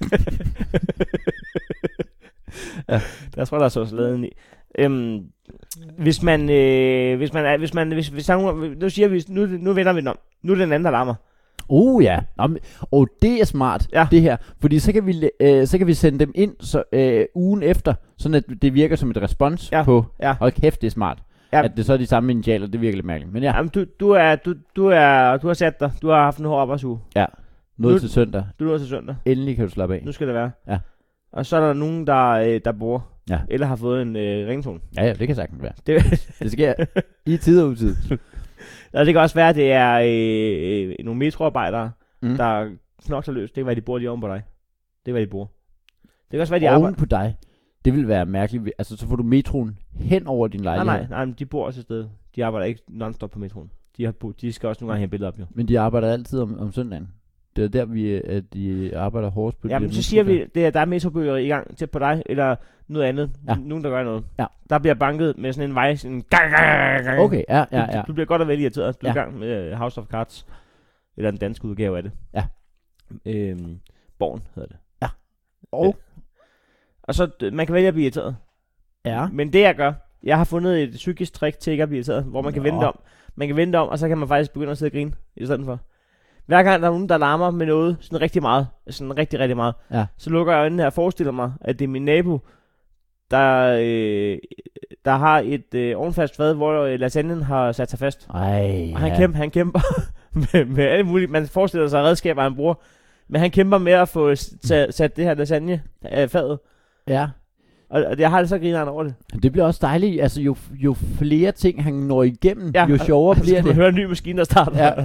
Ja. Der tror jeg, der er så også lavet en i. Øhm, hvis man, øh, hvis man, er, hvis man, hvis, hvis der er nogen, nu siger vi, nu, nu vender vi den om. Nu er det den anden, der larmer. Oh ja, Nå, men, og det er smart, Ja. det her, fordi så kan vi la- øh, så kan vi sende dem ind så, øh, ugen efter, sådan at det virker som et respons Ja. på. Ja. Hold kæft, det er smart. Ja. At det så er de samme initialer, det virker lidt mærkeligt. Men ja, Jamen, du, du, er, du, du, er, du har sat dig. Du har haft en hård arbejdsuge. noget nu- til søndag. Du er nået til søndag. Endelig kan du slappe af. Nu skal det være. Ja. Og så er der nogen, der, øh, der bor. Ja. Eller har fået en øh, ringtone. Ja, ja, det kan sagtens være. Det, Det sker i tid og utid. og det kan også være, at det er øh, øh, nogle metroarbejdere, Mm. mm. der knokler løs. Det kan være, de bor lige oven på dig. Det kan være, de bor. Det kan også være, de arbejder. Oven på dig. Det vil være mærkeligt. Altså, så får du metroen hen over din Nej, lejlighed. nej, nej, men de bor også et sted. De arbejder ikke non-stop på metroen. De, har, bo- de skal også nogle gange have billeder op, jo. Men de arbejder altid om, om søndagen. Det er der, vi, at de arbejder hårdest på. de Jamen, der så siger metroer. vi, det er, der er metrobyggeri i gang tæt på dig, eller noget andet. Ja. Nogen, der gør noget. Ja. Der bliver banket med sådan en vej, sådan en gang, gang, gang. Okay, ja, ja, ja. Du, du bliver godt og vel irriteret. Du er Ja. i gang med uh, House of Cards. Eller den danske udgave af det. Ja. Øhm, Borgen hedder det. Og, Og så, d- man kan vælge at blive irriteret. ja. Men det jeg gør, jeg har fundet et psykisk trick til ikke at blive irriteret, hvor man kan Nå. vente om. Man kan vente om, og så kan man faktisk begynde at sidde og grine i stedet for. Hver gang der er nogen, der larmer med noget, sådan rigtig meget, sådan rigtig, rigtig meget, Ja. så lukker jeg øjnene her og forestiller mig, at det er min nabo, der, øh, der har et øh, ovenfast fad, hvor øh, lasagnen har sat sig fast. Ej, Og han ja. kæmper, han kæmper med, med alle mulige, man forestiller sig redskaber, han bruger, men han kæmper med at få sat, sat det her lasagne af fadet. Ja. Og, og jeg har det så grineren over det. Det bliver også dejligt. Altså, jo, jo flere ting han når igennem, ja, jo sjovere så bliver skal man det. høre en ny maskine, der starter. Ja.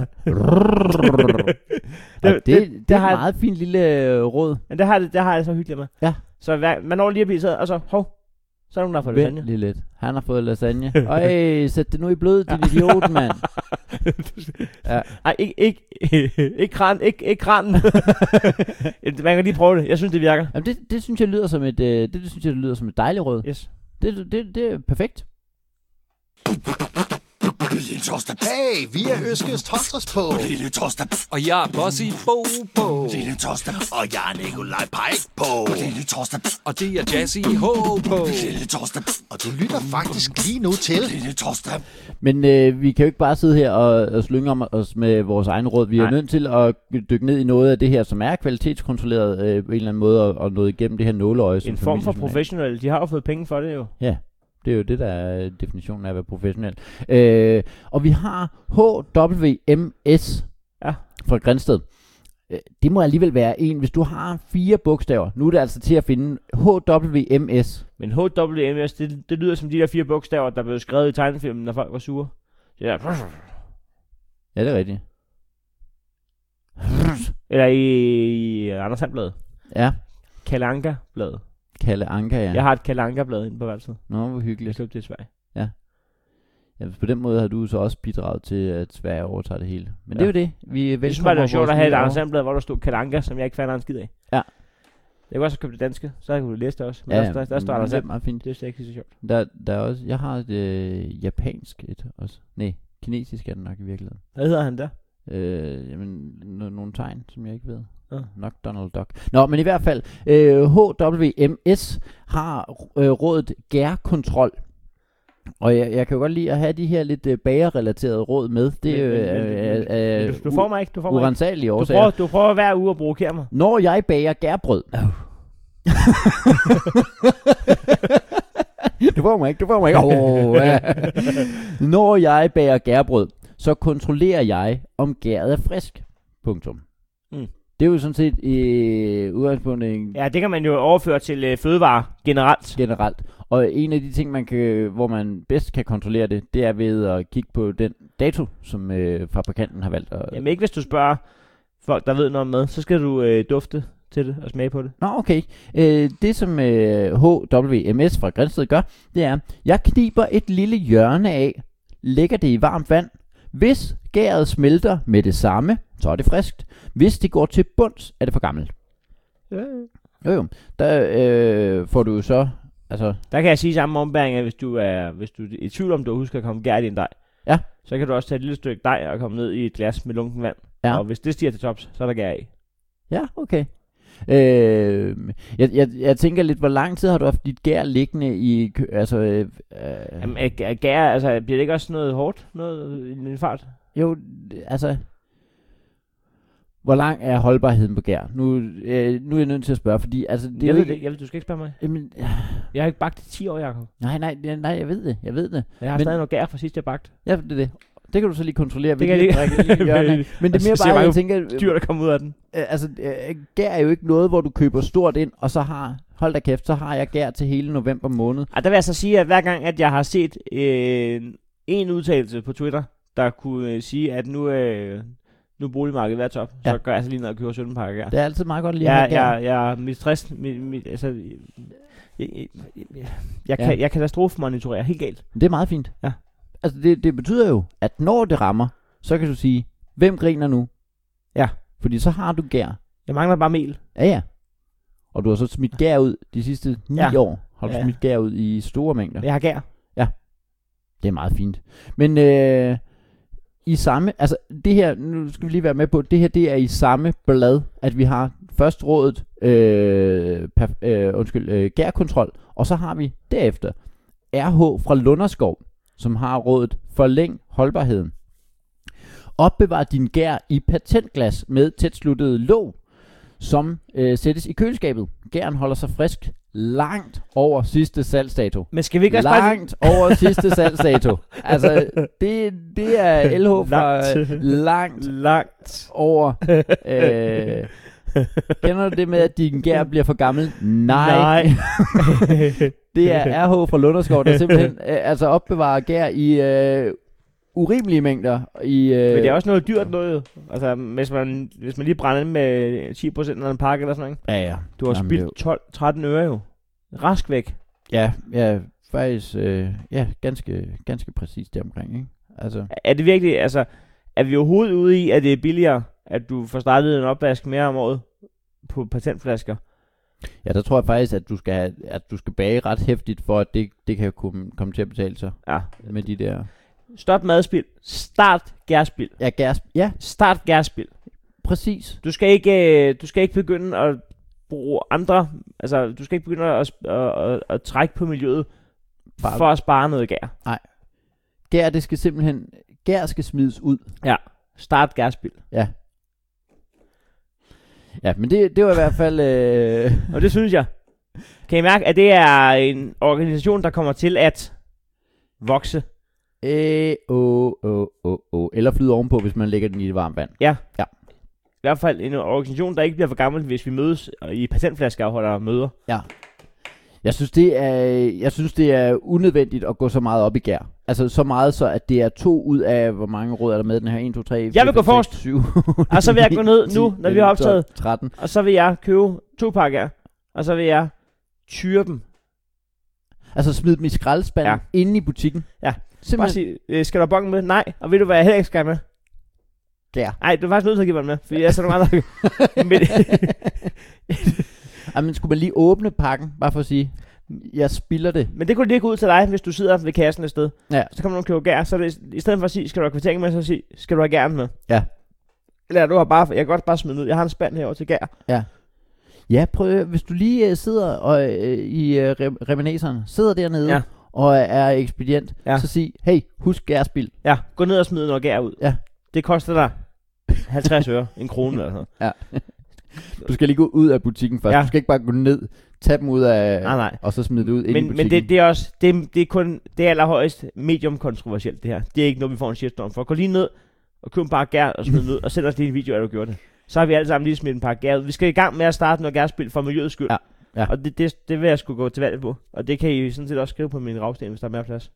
Det- Og det, det, det det er har et jeg- meget fint lille øh, råd. Men det har, det, det har jeg så hyggeligt med. Ja. Så hver, man når lige at blive irriteret, og så, hov, så er der nogen, der har fået Vent lasagne. lige lidt. Han har fået lasagne. Øj, sæt det nu i blød, din idiot, mand. Ja. Ej, ikke, ikke, ikke kran, ikke, ikke kranen. Man kan lige prøve det. Jeg synes, det virker. Jamen, det, det synes jeg lyder som et, øh, det, det synes jeg det lyder som et dejligt råd. Yes. Det, det, det er perfekt. Lille torsdag. Hey, vi er Øskes Tosters på. Lille torsdag. Og jeg er Bossy Bo på. Lille torsdag. Og jeg er Nikolaj Pike på. Lille torsdag. Og det er Jazzy Ho på. Lille torsdag. Og du lytter faktisk lige nu til Lille torsdag. Men øh, vi kan jo ikke bare sidde her og, og slynge om os med vores egen råd. Vi er Nej. nødt til at dykke ned i noget af det her, som er kvalitetskontrolleret øh, på en eller anden måde, og, og nå igennem det her nåleøje. En form for professionel. De har jo fået penge for det jo. Ja, det er jo det, der er definitionen af at være professionel. Øh, og vi har H W M S Ja. fra Grindsted. Øh, Det må alligevel være en, hvis du har fire bogstaver. Nu er det altså til at finde H W M S. Men H W M S, det, det lyder som de der fire bogstaver, der blev skrevet i tegnefilmen, når folk var sure. Det der. Ja, det er rigtigt. Eller i, i Anders Sandbladet. Ja, Kalle Anka-bladet. Kalle Anka, ja. Jeg har et Kalle Anka-blad inde på værelset. Nå, hvor Jeg hyggeligt. købte det i Sverige. Ja, på den måde har du så også bidraget til, at Sverige overtager det hele. Men Ja. det er jo det. Vi er Jeg synes bare, det var velkommen sjovt over at have et vores Anders nye Sandblad, hvor der stod Kalle Anka, som jeg ikke fandt en skid af. Ja. Jeg kunne også have købt det danske, så jeg kunne læse det også. Men år. der, der, der står men Anders det er Sand. meget fint. Det er ikke så sjovt. Der, der er også, jeg har et øh, japansk et også. Nej, kinesisk er det nok i virkeligheden. Hvad hedder han der? Øh, jamen, no, nogle tegn, som jeg ikke ved. Ja. Nok Donald Duck. Nå, men i hvert fald, øh, H W M S har øh, rådet gærkontrol. Og jeg, jeg kan jo godt lide at have de her lidt øh, bagerrelaterede råd med. Det er jo Men- men- men- øh, øh, Men du, du får mig ikke, du får mig ikke. urensagelige Du årsager. prøver, du prøver hver uge at provokere mig. Når jeg bager gærbrød. Du får mig ikke, du får mig ikke. Oh, ja. Når jeg bager gærbrød, så kontrollerer jeg, om gæret er frisk. Punktum. Mm. Det er jo sådan set i udgangspunktet en Ja, det kan man jo overføre til øh, fødevarer generelt. generelt. Og en af de ting, man kan, hvor man bedst kan kontrollere det, det er ved at kigge på den dato, som øh, fabrikanten har valgt. At... Jamen ikke hvis du spørger folk, der ved noget om mad, så skal du øh, dufte til det og smage på det. Nå, okay. Øh, det som øh, H W M S fra Grindsted gør, det er, jeg kniber et lille hjørne af, lægger det i varmt vand. Hvis gæret smelter med det samme, så er det friskt. Hvis det går til bunds, er det for gammelt. Ja. Jo jo, der øh, får du jo så, altså, Der kan jeg sige samme ombæring, at hvis du er, hvis du er i tvivl om, du husker at komme gær i din dej, Ja. så kan du også tage et lille stykke dej og komme ned i et glas med lunken vand. Ja. Og hvis det stiger til tops, så er der gær i. ja, okay. Øh, jeg, jeg, jeg tænker lidt, hvor lang tid har du haft dit gær liggende i, kø- altså, øh, øh, Jamen, er, er gær, altså, bliver det ikke også noget hårdt? Noget i en fart? jo, altså, hvor lang er holdbarheden på gær? Nu, øh, nu er jeg nødt til at spørge, fordi, altså, det Det er jeg jo ved ikke, det, jeg ved, du skal ikke spørge mig. jamen, Jeg har ikke bagt i ti år, Jacob. nej, nej, nej, nej, jeg ved det, jeg ved det. Jeg har Men- stadig noget gær fra sidst, jeg bagte. Ja, det er det. Det kan du så lige kontrollere. Det kan jeg lige- lige. Men det er Og mere så bare, ser jeg mange tænker, Dyr, der kommer ud af den. øh, altså, øh, gær er jo ikke noget, hvor du køber stort ind, og så har, hold da kæft, så har jeg gær til hele november måned. Ej, der vil jeg så sige, at hver gang, at jeg har set øh, en udtalelse på Twitter, der kunne øh, sige, at nu, øh, nu er boligmarkedet ved at top, Ja. så gør jeg så lige ned og køber sytten pakker gær. Det er altid meget godt lige at Jeg, have gær. jeg, jeg, mit stress, mit, mit, altså, jeg, jeg, jeg, jeg, jeg, Ja. kan, jeg katastrofemonitorere helt galt. Det er meget fint. Ja. Altså, det, det betyder jo, at når det rammer, så kan du sige, hvem griner nu? Ja. Fordi så har du gær. Jeg mangler bare mel. Ja, ja. Og du har så smidt gær ud de sidste ni Ja. år. Har du Ja. smidt gær ud i store mængder. Jeg har gær. Det er meget fint. Men øh, i samme, altså det her, nu skal vi lige være med på, det her det er i samme blad, at vi har først rådet, øh, perf- øh, undskyld, øh, gærkontrol, og så har vi derefter R H fra Lunderskov, som har rådet forlæng holdbarheden. Opbevar din gær i patentglas med tætsluttede låg, som øh, sættes i køleskabet. Gæren holder sig frisk langt over sidste salgsdato. Men skal vi ikke også bare... Langt over sidste salgsdato. Altså, det, det er L H fra Langt. langt Langt. over. Øh, kender du det med, at din gær bliver for gammel? Nej. Nej. Det er R H fra Lunderskov, der simpelthen øh, altså opbevarer gær i øh, urimelige mængder. I, øh, Men det er også noget dyrt noget. jo. Altså, hvis man, hvis man lige brænder ind med ti procent af en pakke eller sådan noget. Ikke? Ja, ja. Du har Jamen, spildt det er tolv tretten øre jo. Rask væk. Ja, ja, faktisk, øh, ja, ganske, ganske præcist deromkring, ikke? Altså, Er det virkelig, altså, er vi overhovedet ude i, at det er billigere, at du får startet en opvask mere om året på patentflasker, Ja, der tror jeg faktisk, at du skal, have, at du skal bage ret hæftigt, for at det, det kan komme, komme til at betale sig Ja. med de der... Stop madspil. Start gærspil. Ja, gas, ja, Start gærspil. præcis. Du skal ikke, øh, du skal ikke begynde at bruge andre, altså du skal ikke begynde at, at, at, at, at trække på miljøet Bare- for at spare noget gær. Gær, det skal simpelthen... Gær skal smides ud. Ja. Start gærspil. Ja. Ja, men det, det var i hvert fald... Øh... Og det synes jeg. Kan I mærke, at det er en organisation, der kommer til at vokse? Øh, åh, åh, åh, åh. Eller flyde ovenpå, hvis man lægger den i det varme vand. I hvert fald en organisation, der ikke bliver for gammel, hvis vi mødes i patentflasker og holder møder. Jeg synes, det er, jeg synes, det er unødvendigt at gå så meget op i gær. Altså så meget så, at det er to ud af, hvor mange råd er der med den her? en, to, tre, Jeg vil gå forrest. syv, Og så vil jeg gå ned nu, når vi har optaget. tretten. Og så vil jeg købe to pakker gær. Og så vil jeg tyre dem. Altså smid dem i skraldespanden Ja. inde i butikken. Ja. Bare Simpelthen sige, øh, skal du have bongen med? Nej. Og ved du hvad, jeg heller ikke skal have med? gær. Nej, du er faktisk nødt til at give mig den med. Fordi jeg er så nogle andre. Men, Ej, men skulle man lige åbne pakken, bare for at sige, jeg spilder det. men det kunne lige gå ud til dig, hvis du sidder ved kassen et sted. Ja. Så kommer nogen købe gær. Så er det, i stedet for at sige, skal du have kvittering med, så sige, skal du have gæren med? Ja. Eller du har bare, jeg kan godt bare smide den ud. Jeg har en spand herovre til gær. Ja, prøv, hvis du lige uh, sidder og, uh, i uh, rem- reminiscerne, sidder dernede Ja. og er ekspedient, Ja. så sig, hey, husk gærspil. Ja, gå ned og smid noget gær ud. Ja. Det koster dig halvtreds øre, en krone eller sådan noget. Du skal lige gå ud af butikken først. Ja. Du skal ikke bare gå ned, tage dem ud af, Nej, nej. og så smide det ud ind i Men, butikken. men det, det er også, det, det er kun, det er allerhøjst medium kontroversielt det her. Det er ikke noget, vi får en shitstorm for. Gå lige ned og køb en pakke gær og smid den ud, og send os lige en video, at du gjorde det. Så har vi alle sammen lige smidt en pakke gær ud. Vi skal i gang med at starte noget gærspil for miljøets skyld. Ja, ja. Og det, det, det vil jeg skulle gå til valg på. Og det kan I sådan set også skrive på min ravsten, hvis der er mere plads.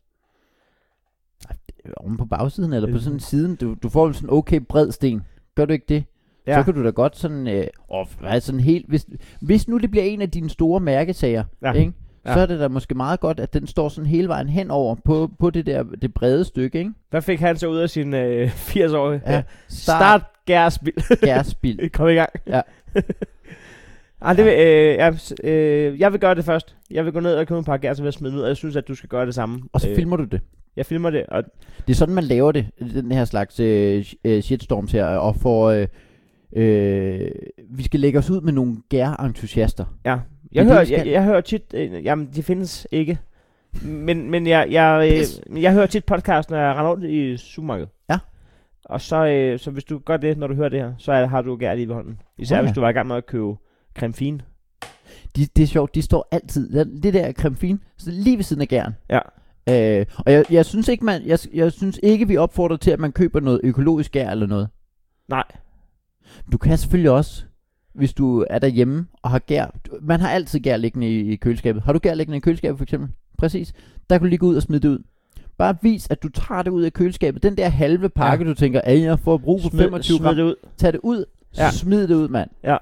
Omme på bagsiden, eller på Øh. sådan en siden. Du, du får sådan en okay bred sten. Gør du ikke det? Ja. Så kan du da godt sådan... Øh, åh, hvad, sådan helt, hvis, hvis nu det bliver en af dine store mærkesager, Ja. ikke? Ja. Så er det da måske meget godt, at den står sådan hele vejen henover på, på det der det brede stykke, ikke? Hvad fik han så ud af sin øh, firs-årige? Ja. Start, Start gærspil. gærspil. Kom i gang. Ja. Ej, det vil, øh, jeg, øh, jeg vil gøre det først. Jeg vil gå ned og købe en pakke gær, så vil jeg smide den ud, og jeg synes, at du skal gøre det samme. Og så Øh, filmer du det. Jeg filmer det, og Det er sådan, man laver det, den her slags øh, sh- øh, shitstorms her, og får... Øh, øh, vi skal lægge os ud med nogle gær-entusiaster. ja. Det Jeg, er hører, det, vi jeg, skal. jeg hører tit, øh, jamen de findes ikke, men, men jeg, jeg, øh, jeg hører tit podcast, når jeg render rundt i supermarkedet. Ja. Og så, øh, så hvis du gør det, når du hører det her, så er, har du gær lige ved hånden. Især Nå ja. hvis du var i gang med at købe creme fine. De, det er sjovt, de står altid, den- det der creme fin, så lige ved siden af gæren. Ja. Øh, og jeg, jeg synes ikke, man, jeg, jeg synes ikke, vi opfordrer til, at man køber noget økologisk gær eller noget. Nej. Du kan selvfølgelig også, hvis du er derhjemme og har gær. Man har altid gær liggende i, i køleskabet. Har du gær liggende i køleskabet for eksempel? Præcis. Der kan du lige gå ud og smide det ud. Bare vis, at du tager det ud af køleskabet. Den der halve pakke, ja. Du tænker, at jeg får brug for Smid, femogtyve smid gram. det ud. Tag det ud. Ja. Ja. Smid det ud, mand. Ja.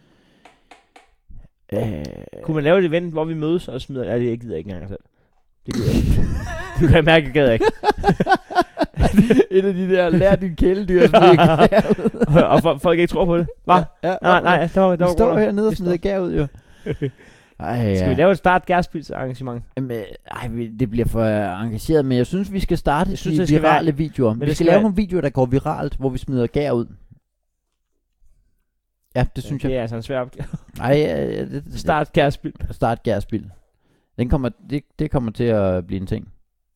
Øh, Kunne man lave et event, hvor vi mødes og smider... Ja, det jeg gider jeg ikke engang selv. Det gider jeg ikke. Du kan mærke, jeg gider ikke. et af de der, lær din kæledyr at smide gær ud. Og for, folk ikke tror på det. Hva? Ja, ja, Nej, nej, der var, der Vi var står grund. hernede og Vi smider gær ud, jo. Ej, ja. Skal vi lave et start gærspilsarrangement? Jamen, øh, ej, vi- det bliver for øh, engageret, men jeg synes, vi skal starte Jeg synes, de det skal virale være- videoer. men Vi det skal skal lave være- nogle videoer, der går viralt, hvor vi smider gær ud. Ja, det synes Det jeg. er altså en svær opgave. Ej, ja, ja, det, det, Start gærspil. start gærspil. Den kommer, det, det kommer til at blive en ting.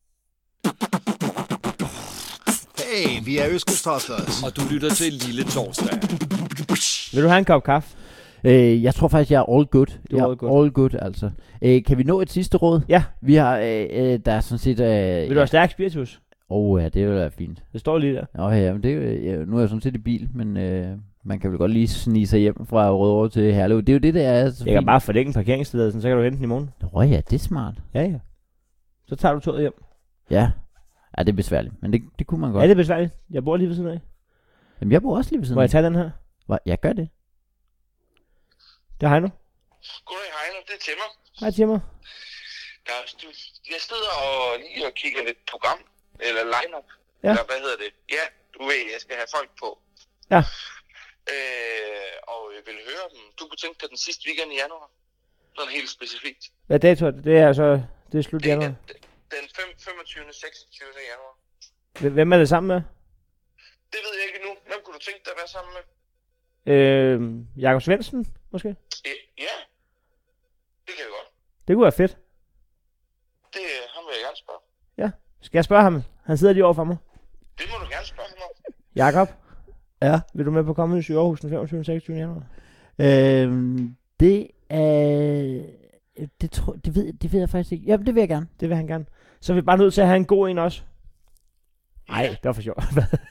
Hey, vi er Østkyst-Hustlers. Og du lytter til Lille Torsdag. Vil du have en kop kaffe? Øh, jeg tror faktisk, jeg er all good. Du er jeg all good. all good, altså. Øh, kan vi nå et sidste råd? Ja. Vi har, øh, øh, der er sådan set... Øh, Vil du have stærk spiritus? Åh oh, ja, det vil være fint. Det står lige der. Nå ja, men det, er jo- ja, nu er jeg sådan set i bil, men øh, man kan vel godt lige snige sig hjem fra Rødovre til Herlev. Det er jo det, der er så Jeg kan fint. bare forlænge parkeringstilladelsen, så kan du hente den i morgen. Nå ja, det er smart. Ja, ja. Så tager du toget hjem. Ja. Ja, det er besværligt, men det, det kunne man godt. Ja, det er besværligt. Jeg bor lige ved siden af. Jamen, jeg bor også lige ved siden Må jeg af. tage den her? Hvor- Jeg gør det. Det har jeg nu. Goddag, Heino. Det er Timmer. Hej, Timmer. Der, du, jeg sidder og lige og kigger lidt program, eller line-up, Ja. eller hvad hedder det? Ja, du ved, jeg skal have folk på. Ja. Øh, og jeg vil høre dem. Du kunne tænke dig den sidste weekend i januar. Sådan helt specifikt. Hvad dato er det? Det er så det er slut Det er januar. den, den femogtyvende seksogtyvende januar. Hvem er det sammen med? Det ved jeg ikke endnu. Hvem kunne du tænke dig at være sammen med? Øh, Jakob Svendsen, måske? Ja, ja. Det kan jeg godt. Det kunne være fedt. Det, ham vil jeg gerne spørge. Ja. Skal jeg spørge ham? Han sidder lige over for mig. Det må du gerne spørge ham om. Jakob, Ja. vil du med på Comedy i Aarhus den femogtyvende seksogtyvende januar? Øhm, det er... Det, tror, det, ved, det ved jeg faktisk ikke. Jamen, det vil jeg gerne. Det vil han gerne. Så er vi bare nødt til at have en god en også. Nej, det var for sjovt.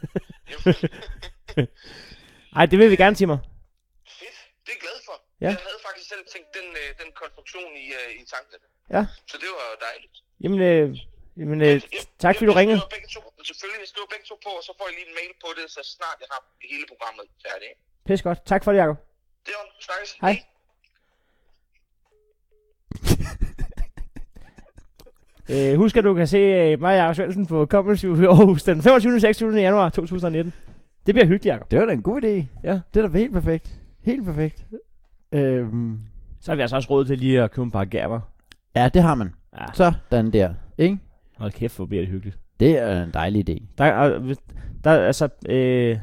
Ej, det vil vi gerne, Timmer. Fedt. Det er jeg glad for. Ja. Jeg havde faktisk selv tænkt den, øh, den konstruktion i, øh, i tankerne. Ja. Så det var dejligt. Jamen, øh, jamen øh, tak fordi du ringede. Jeg skriver begge to, selvfølgelig, jeg skriver begge to på, og så får jeg lige en mail på det, så snart jeg har hele programmet færdigt. Pis godt. Tak for det, Jacob. Det er jo, snakkes. Hej. Øh, husk, at du kan se øh, mig og Jacob Svendsen på Comedy i Aarhus den femogtyvende seksogtyvende januar to tusind og nitten. Det bliver hyggeligt, Jacob. Det var da en god idé. Ja. Det er da helt perfekt. Helt perfekt. Øhm, Så har vi altså også råd til lige at købe en par gaver. ja, det har man. Ja. Sådan der. Ikke? Hold kæft, hvor bliver det hyggeligt. Det er en dejlig idé. Der, er, der er altså... Øh,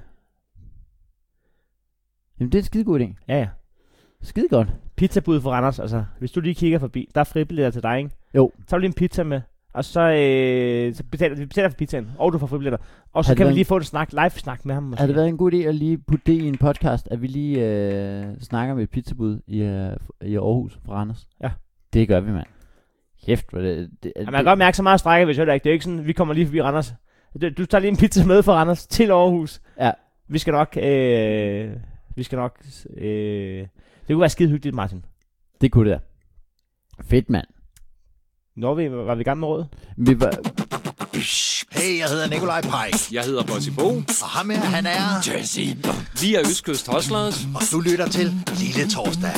Jamen, det er en skide god idé. ja, ja. Skide godt. Pizzabud for Randers, altså. Hvis du lige kigger forbi, der er fribilletter til dig, ikke? Jo. Så tager du lige en pizza med, og så, øh, så betaler vi betaler for pizzaen, og du får fribilletter. Og så Har det kan vi været lige få en snak, live-snak med ham, måske. Har det været en god idé at lige putte det i en podcast, at vi lige øh, snakker med et pizzabud i, øh, i Aarhus fra Randers? Ja. Det gør vi, mand. Kæft, hvor det... det, Ja, man kan godt mærke så meget strække, hvis jeg ikke. Det er ikke sådan, vi kommer lige forbi Randers. Du, du tager lige en pizza med fra Randers til Aarhus. Ja. Vi skal nok... Øh, vi skal nok... Øh, det kunne være skide hyggeligt, Martin. Det kunne det da. Fedt, mand. Når vi var vi i gang med rådet? Vi var... Hey, jeg hedder Nikolaj Pike. Jeg hedder Bossy Bo. Og ham her, han er... Jesse. Vi er Østkyst Hustlers. Og du lytter til Lille Torsdag.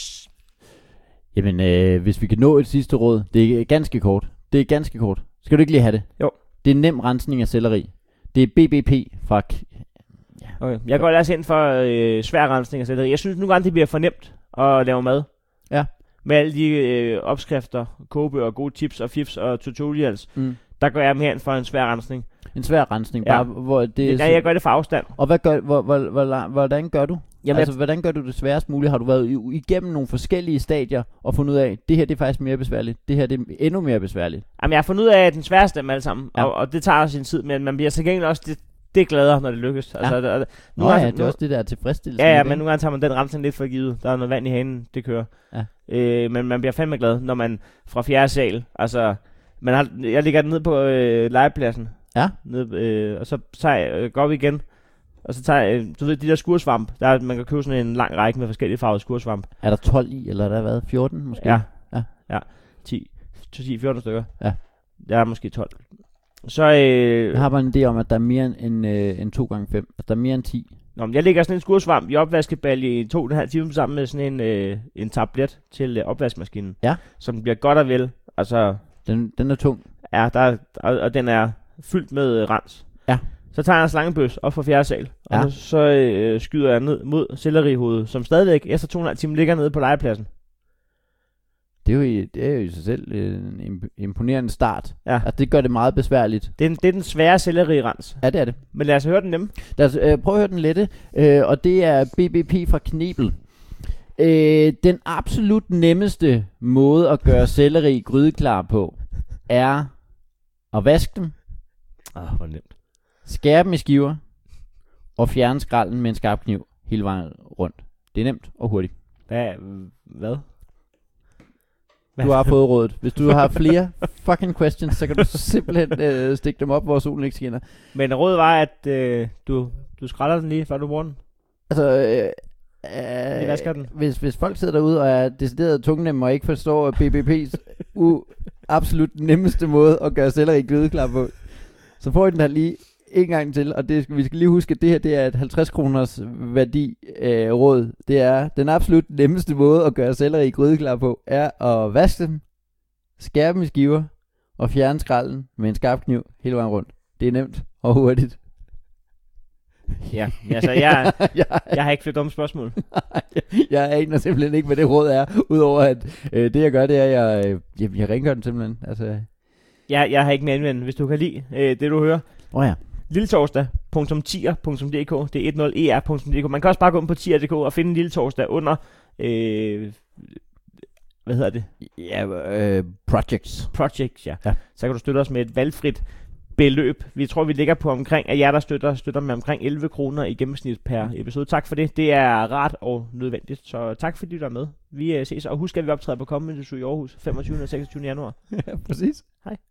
Jamen, øh, hvis vi kan nå et sidste råd. Det er ganske kort. Det er ganske kort. Skal du ikke lige have det? Jo. Det er nem rensning af selleri. Det er B B P fra... Okay. Jeg går ellers ind for øh, svær rensning og selleri. Jeg synes nogle gange, det bliver for nemt at lave mad. Ja. Med alle de øh, opskrifter, kogebøger, gode tips og fifs og tutorials. Mm. Der går jeg mere ind for en svær rensning. En svær rensning. Ja. Bare, hvor det Ja, jeg gør det for afstand. Og hvad gør, hvor, hvor, hvor, hvordan gør du? Jamen, altså, hvordan gør du det sværest muligt? Har du været i- igennem nogle forskellige stadier og fundet ud af, det her det er faktisk mere besværligt, det her det er endnu mere besværligt? Jamen, jeg har fundet ud af, at den sværeste af dem alle sammen, Ja. og, og det tager også sin tid, men man bliver så gengæld også det, det er gladere, når det lykkes. Altså, Ja. der, der, Nå ja, det er også det der tilfredsstillelse. Ja, ja, med det, men ikke? nogle gange tager man den rensning lidt for givet. Der er noget vand i hanen, det kører. Ja. Øh, men man bliver fandme glad, når man fra fjerde sal, altså, man har, jeg ligger ned på øh, legepladsen, Ja. ned, øh, og så tager jeg, øh, går vi igen, og så tager jeg, øh, du ved, de der skursvamp, der er, man kan købe sådan en lang række med forskellige farvede skursvamp. Er der tolv i, eller har der været fjorten måske? Ja, Ja. ja, ti, ti fjorten stykker. Ja. Der er måske tolv. Så, øh, Jeg har bare en idé om, at der er mere end, end, øh, end to gange fem. Altså, der er mere end ti. Nå, men jeg lægger sådan en skursvamp i opvaskebalje i to og en halv time sammen med sådan en, øh, en tablet til øh, opvaskemaskinen. Ja. Som bliver godt og vel. Altså, Den, den er tung. ja, der er, og, og den er fyldt med øh, rens. Ja. Så tager jeg en slangebøs op fra fjerde sal, og Ja. så, så øh, skyder jeg ned mod sellerihovedet, som stadigvæk efter to og en halv time ligger nede på legepladsen. Det er jo i, det er jo i sig selv en imp- imponerende start. Ja. Altså, det gør det meget besværligt. Det er, den- det er den svære sellerirens. Ja, det er det. Men lad os høre den nemme. Lad os øh, prøve at høre den lette. Øh, og det er B B P fra Knebel. Øh, den absolut nemmeste måde at gøre selleri grydeklar på, er at vaske dem, Åh, hvor nemt. skære dem i skiver, og fjerne skralden med en skarp kniv hele vejen rundt. Det er nemt og hurtigt. Hvad? Hvad? Du har fået rådet. Hvis du har flere fucking questions, så kan du simpelthen øh, stikke dem op, hvor solen ikke skinner. Men rådet var, at øh, du, du skræller den lige, før du bruger den. Altså, øh, Vi vasker øh, den. hvis, hvis folk sidder derude og er decideret tungnemme og ikke forstår B B P's u- absolut nemmeste måde at gøre selleri glødeklar på, så får I den her lige en gang til. Og det skal, vi skal lige huske, at det her det er et halvtreds kroners værdi øh, råd. Det er den absolut nemmeste måde at gøre selleri glødeklar på, er at vaske dem, skære dem i skiver og fjerne skralden med en skarp kniv hele vejen rundt. Det er nemt og hurtigt. Ja, altså jeg, jeg har ikke flere dumme spørgsmål. Jeg aner simpelthen ikke, hvad det råd er, udover at øh, det jeg gør, det er, at jeg, øh, jeg, jeg ringer den simpelthen. Altså. Jeg, jeg har ikke mere indvendt, hvis du kan lide øh, det, du hører. Åh oh, ja. Lilletorsdag punktum tier punktum d k. Det er ti e r punktum d k. Man kan også bare gå ind på tier punktum d k og finde en Lille Torsdag under... Øh, hvad hedder det? Ja, øh, projects. Projects, ja. ja. Så kan du støtte os med et valgfrit beløb. Vi tror, vi ligger på omkring, at jer, der støtter, støtter med omkring elleve kroner i gennemsnit per episode. Tak for det. Det er rart og nødvendigt. Så tak fordi du er med. Vi ses, og husk, at vi optræder på Comedy Zoo i Aarhus femogtyvende og seksogtyvende januar. Ja, præcis. Hej.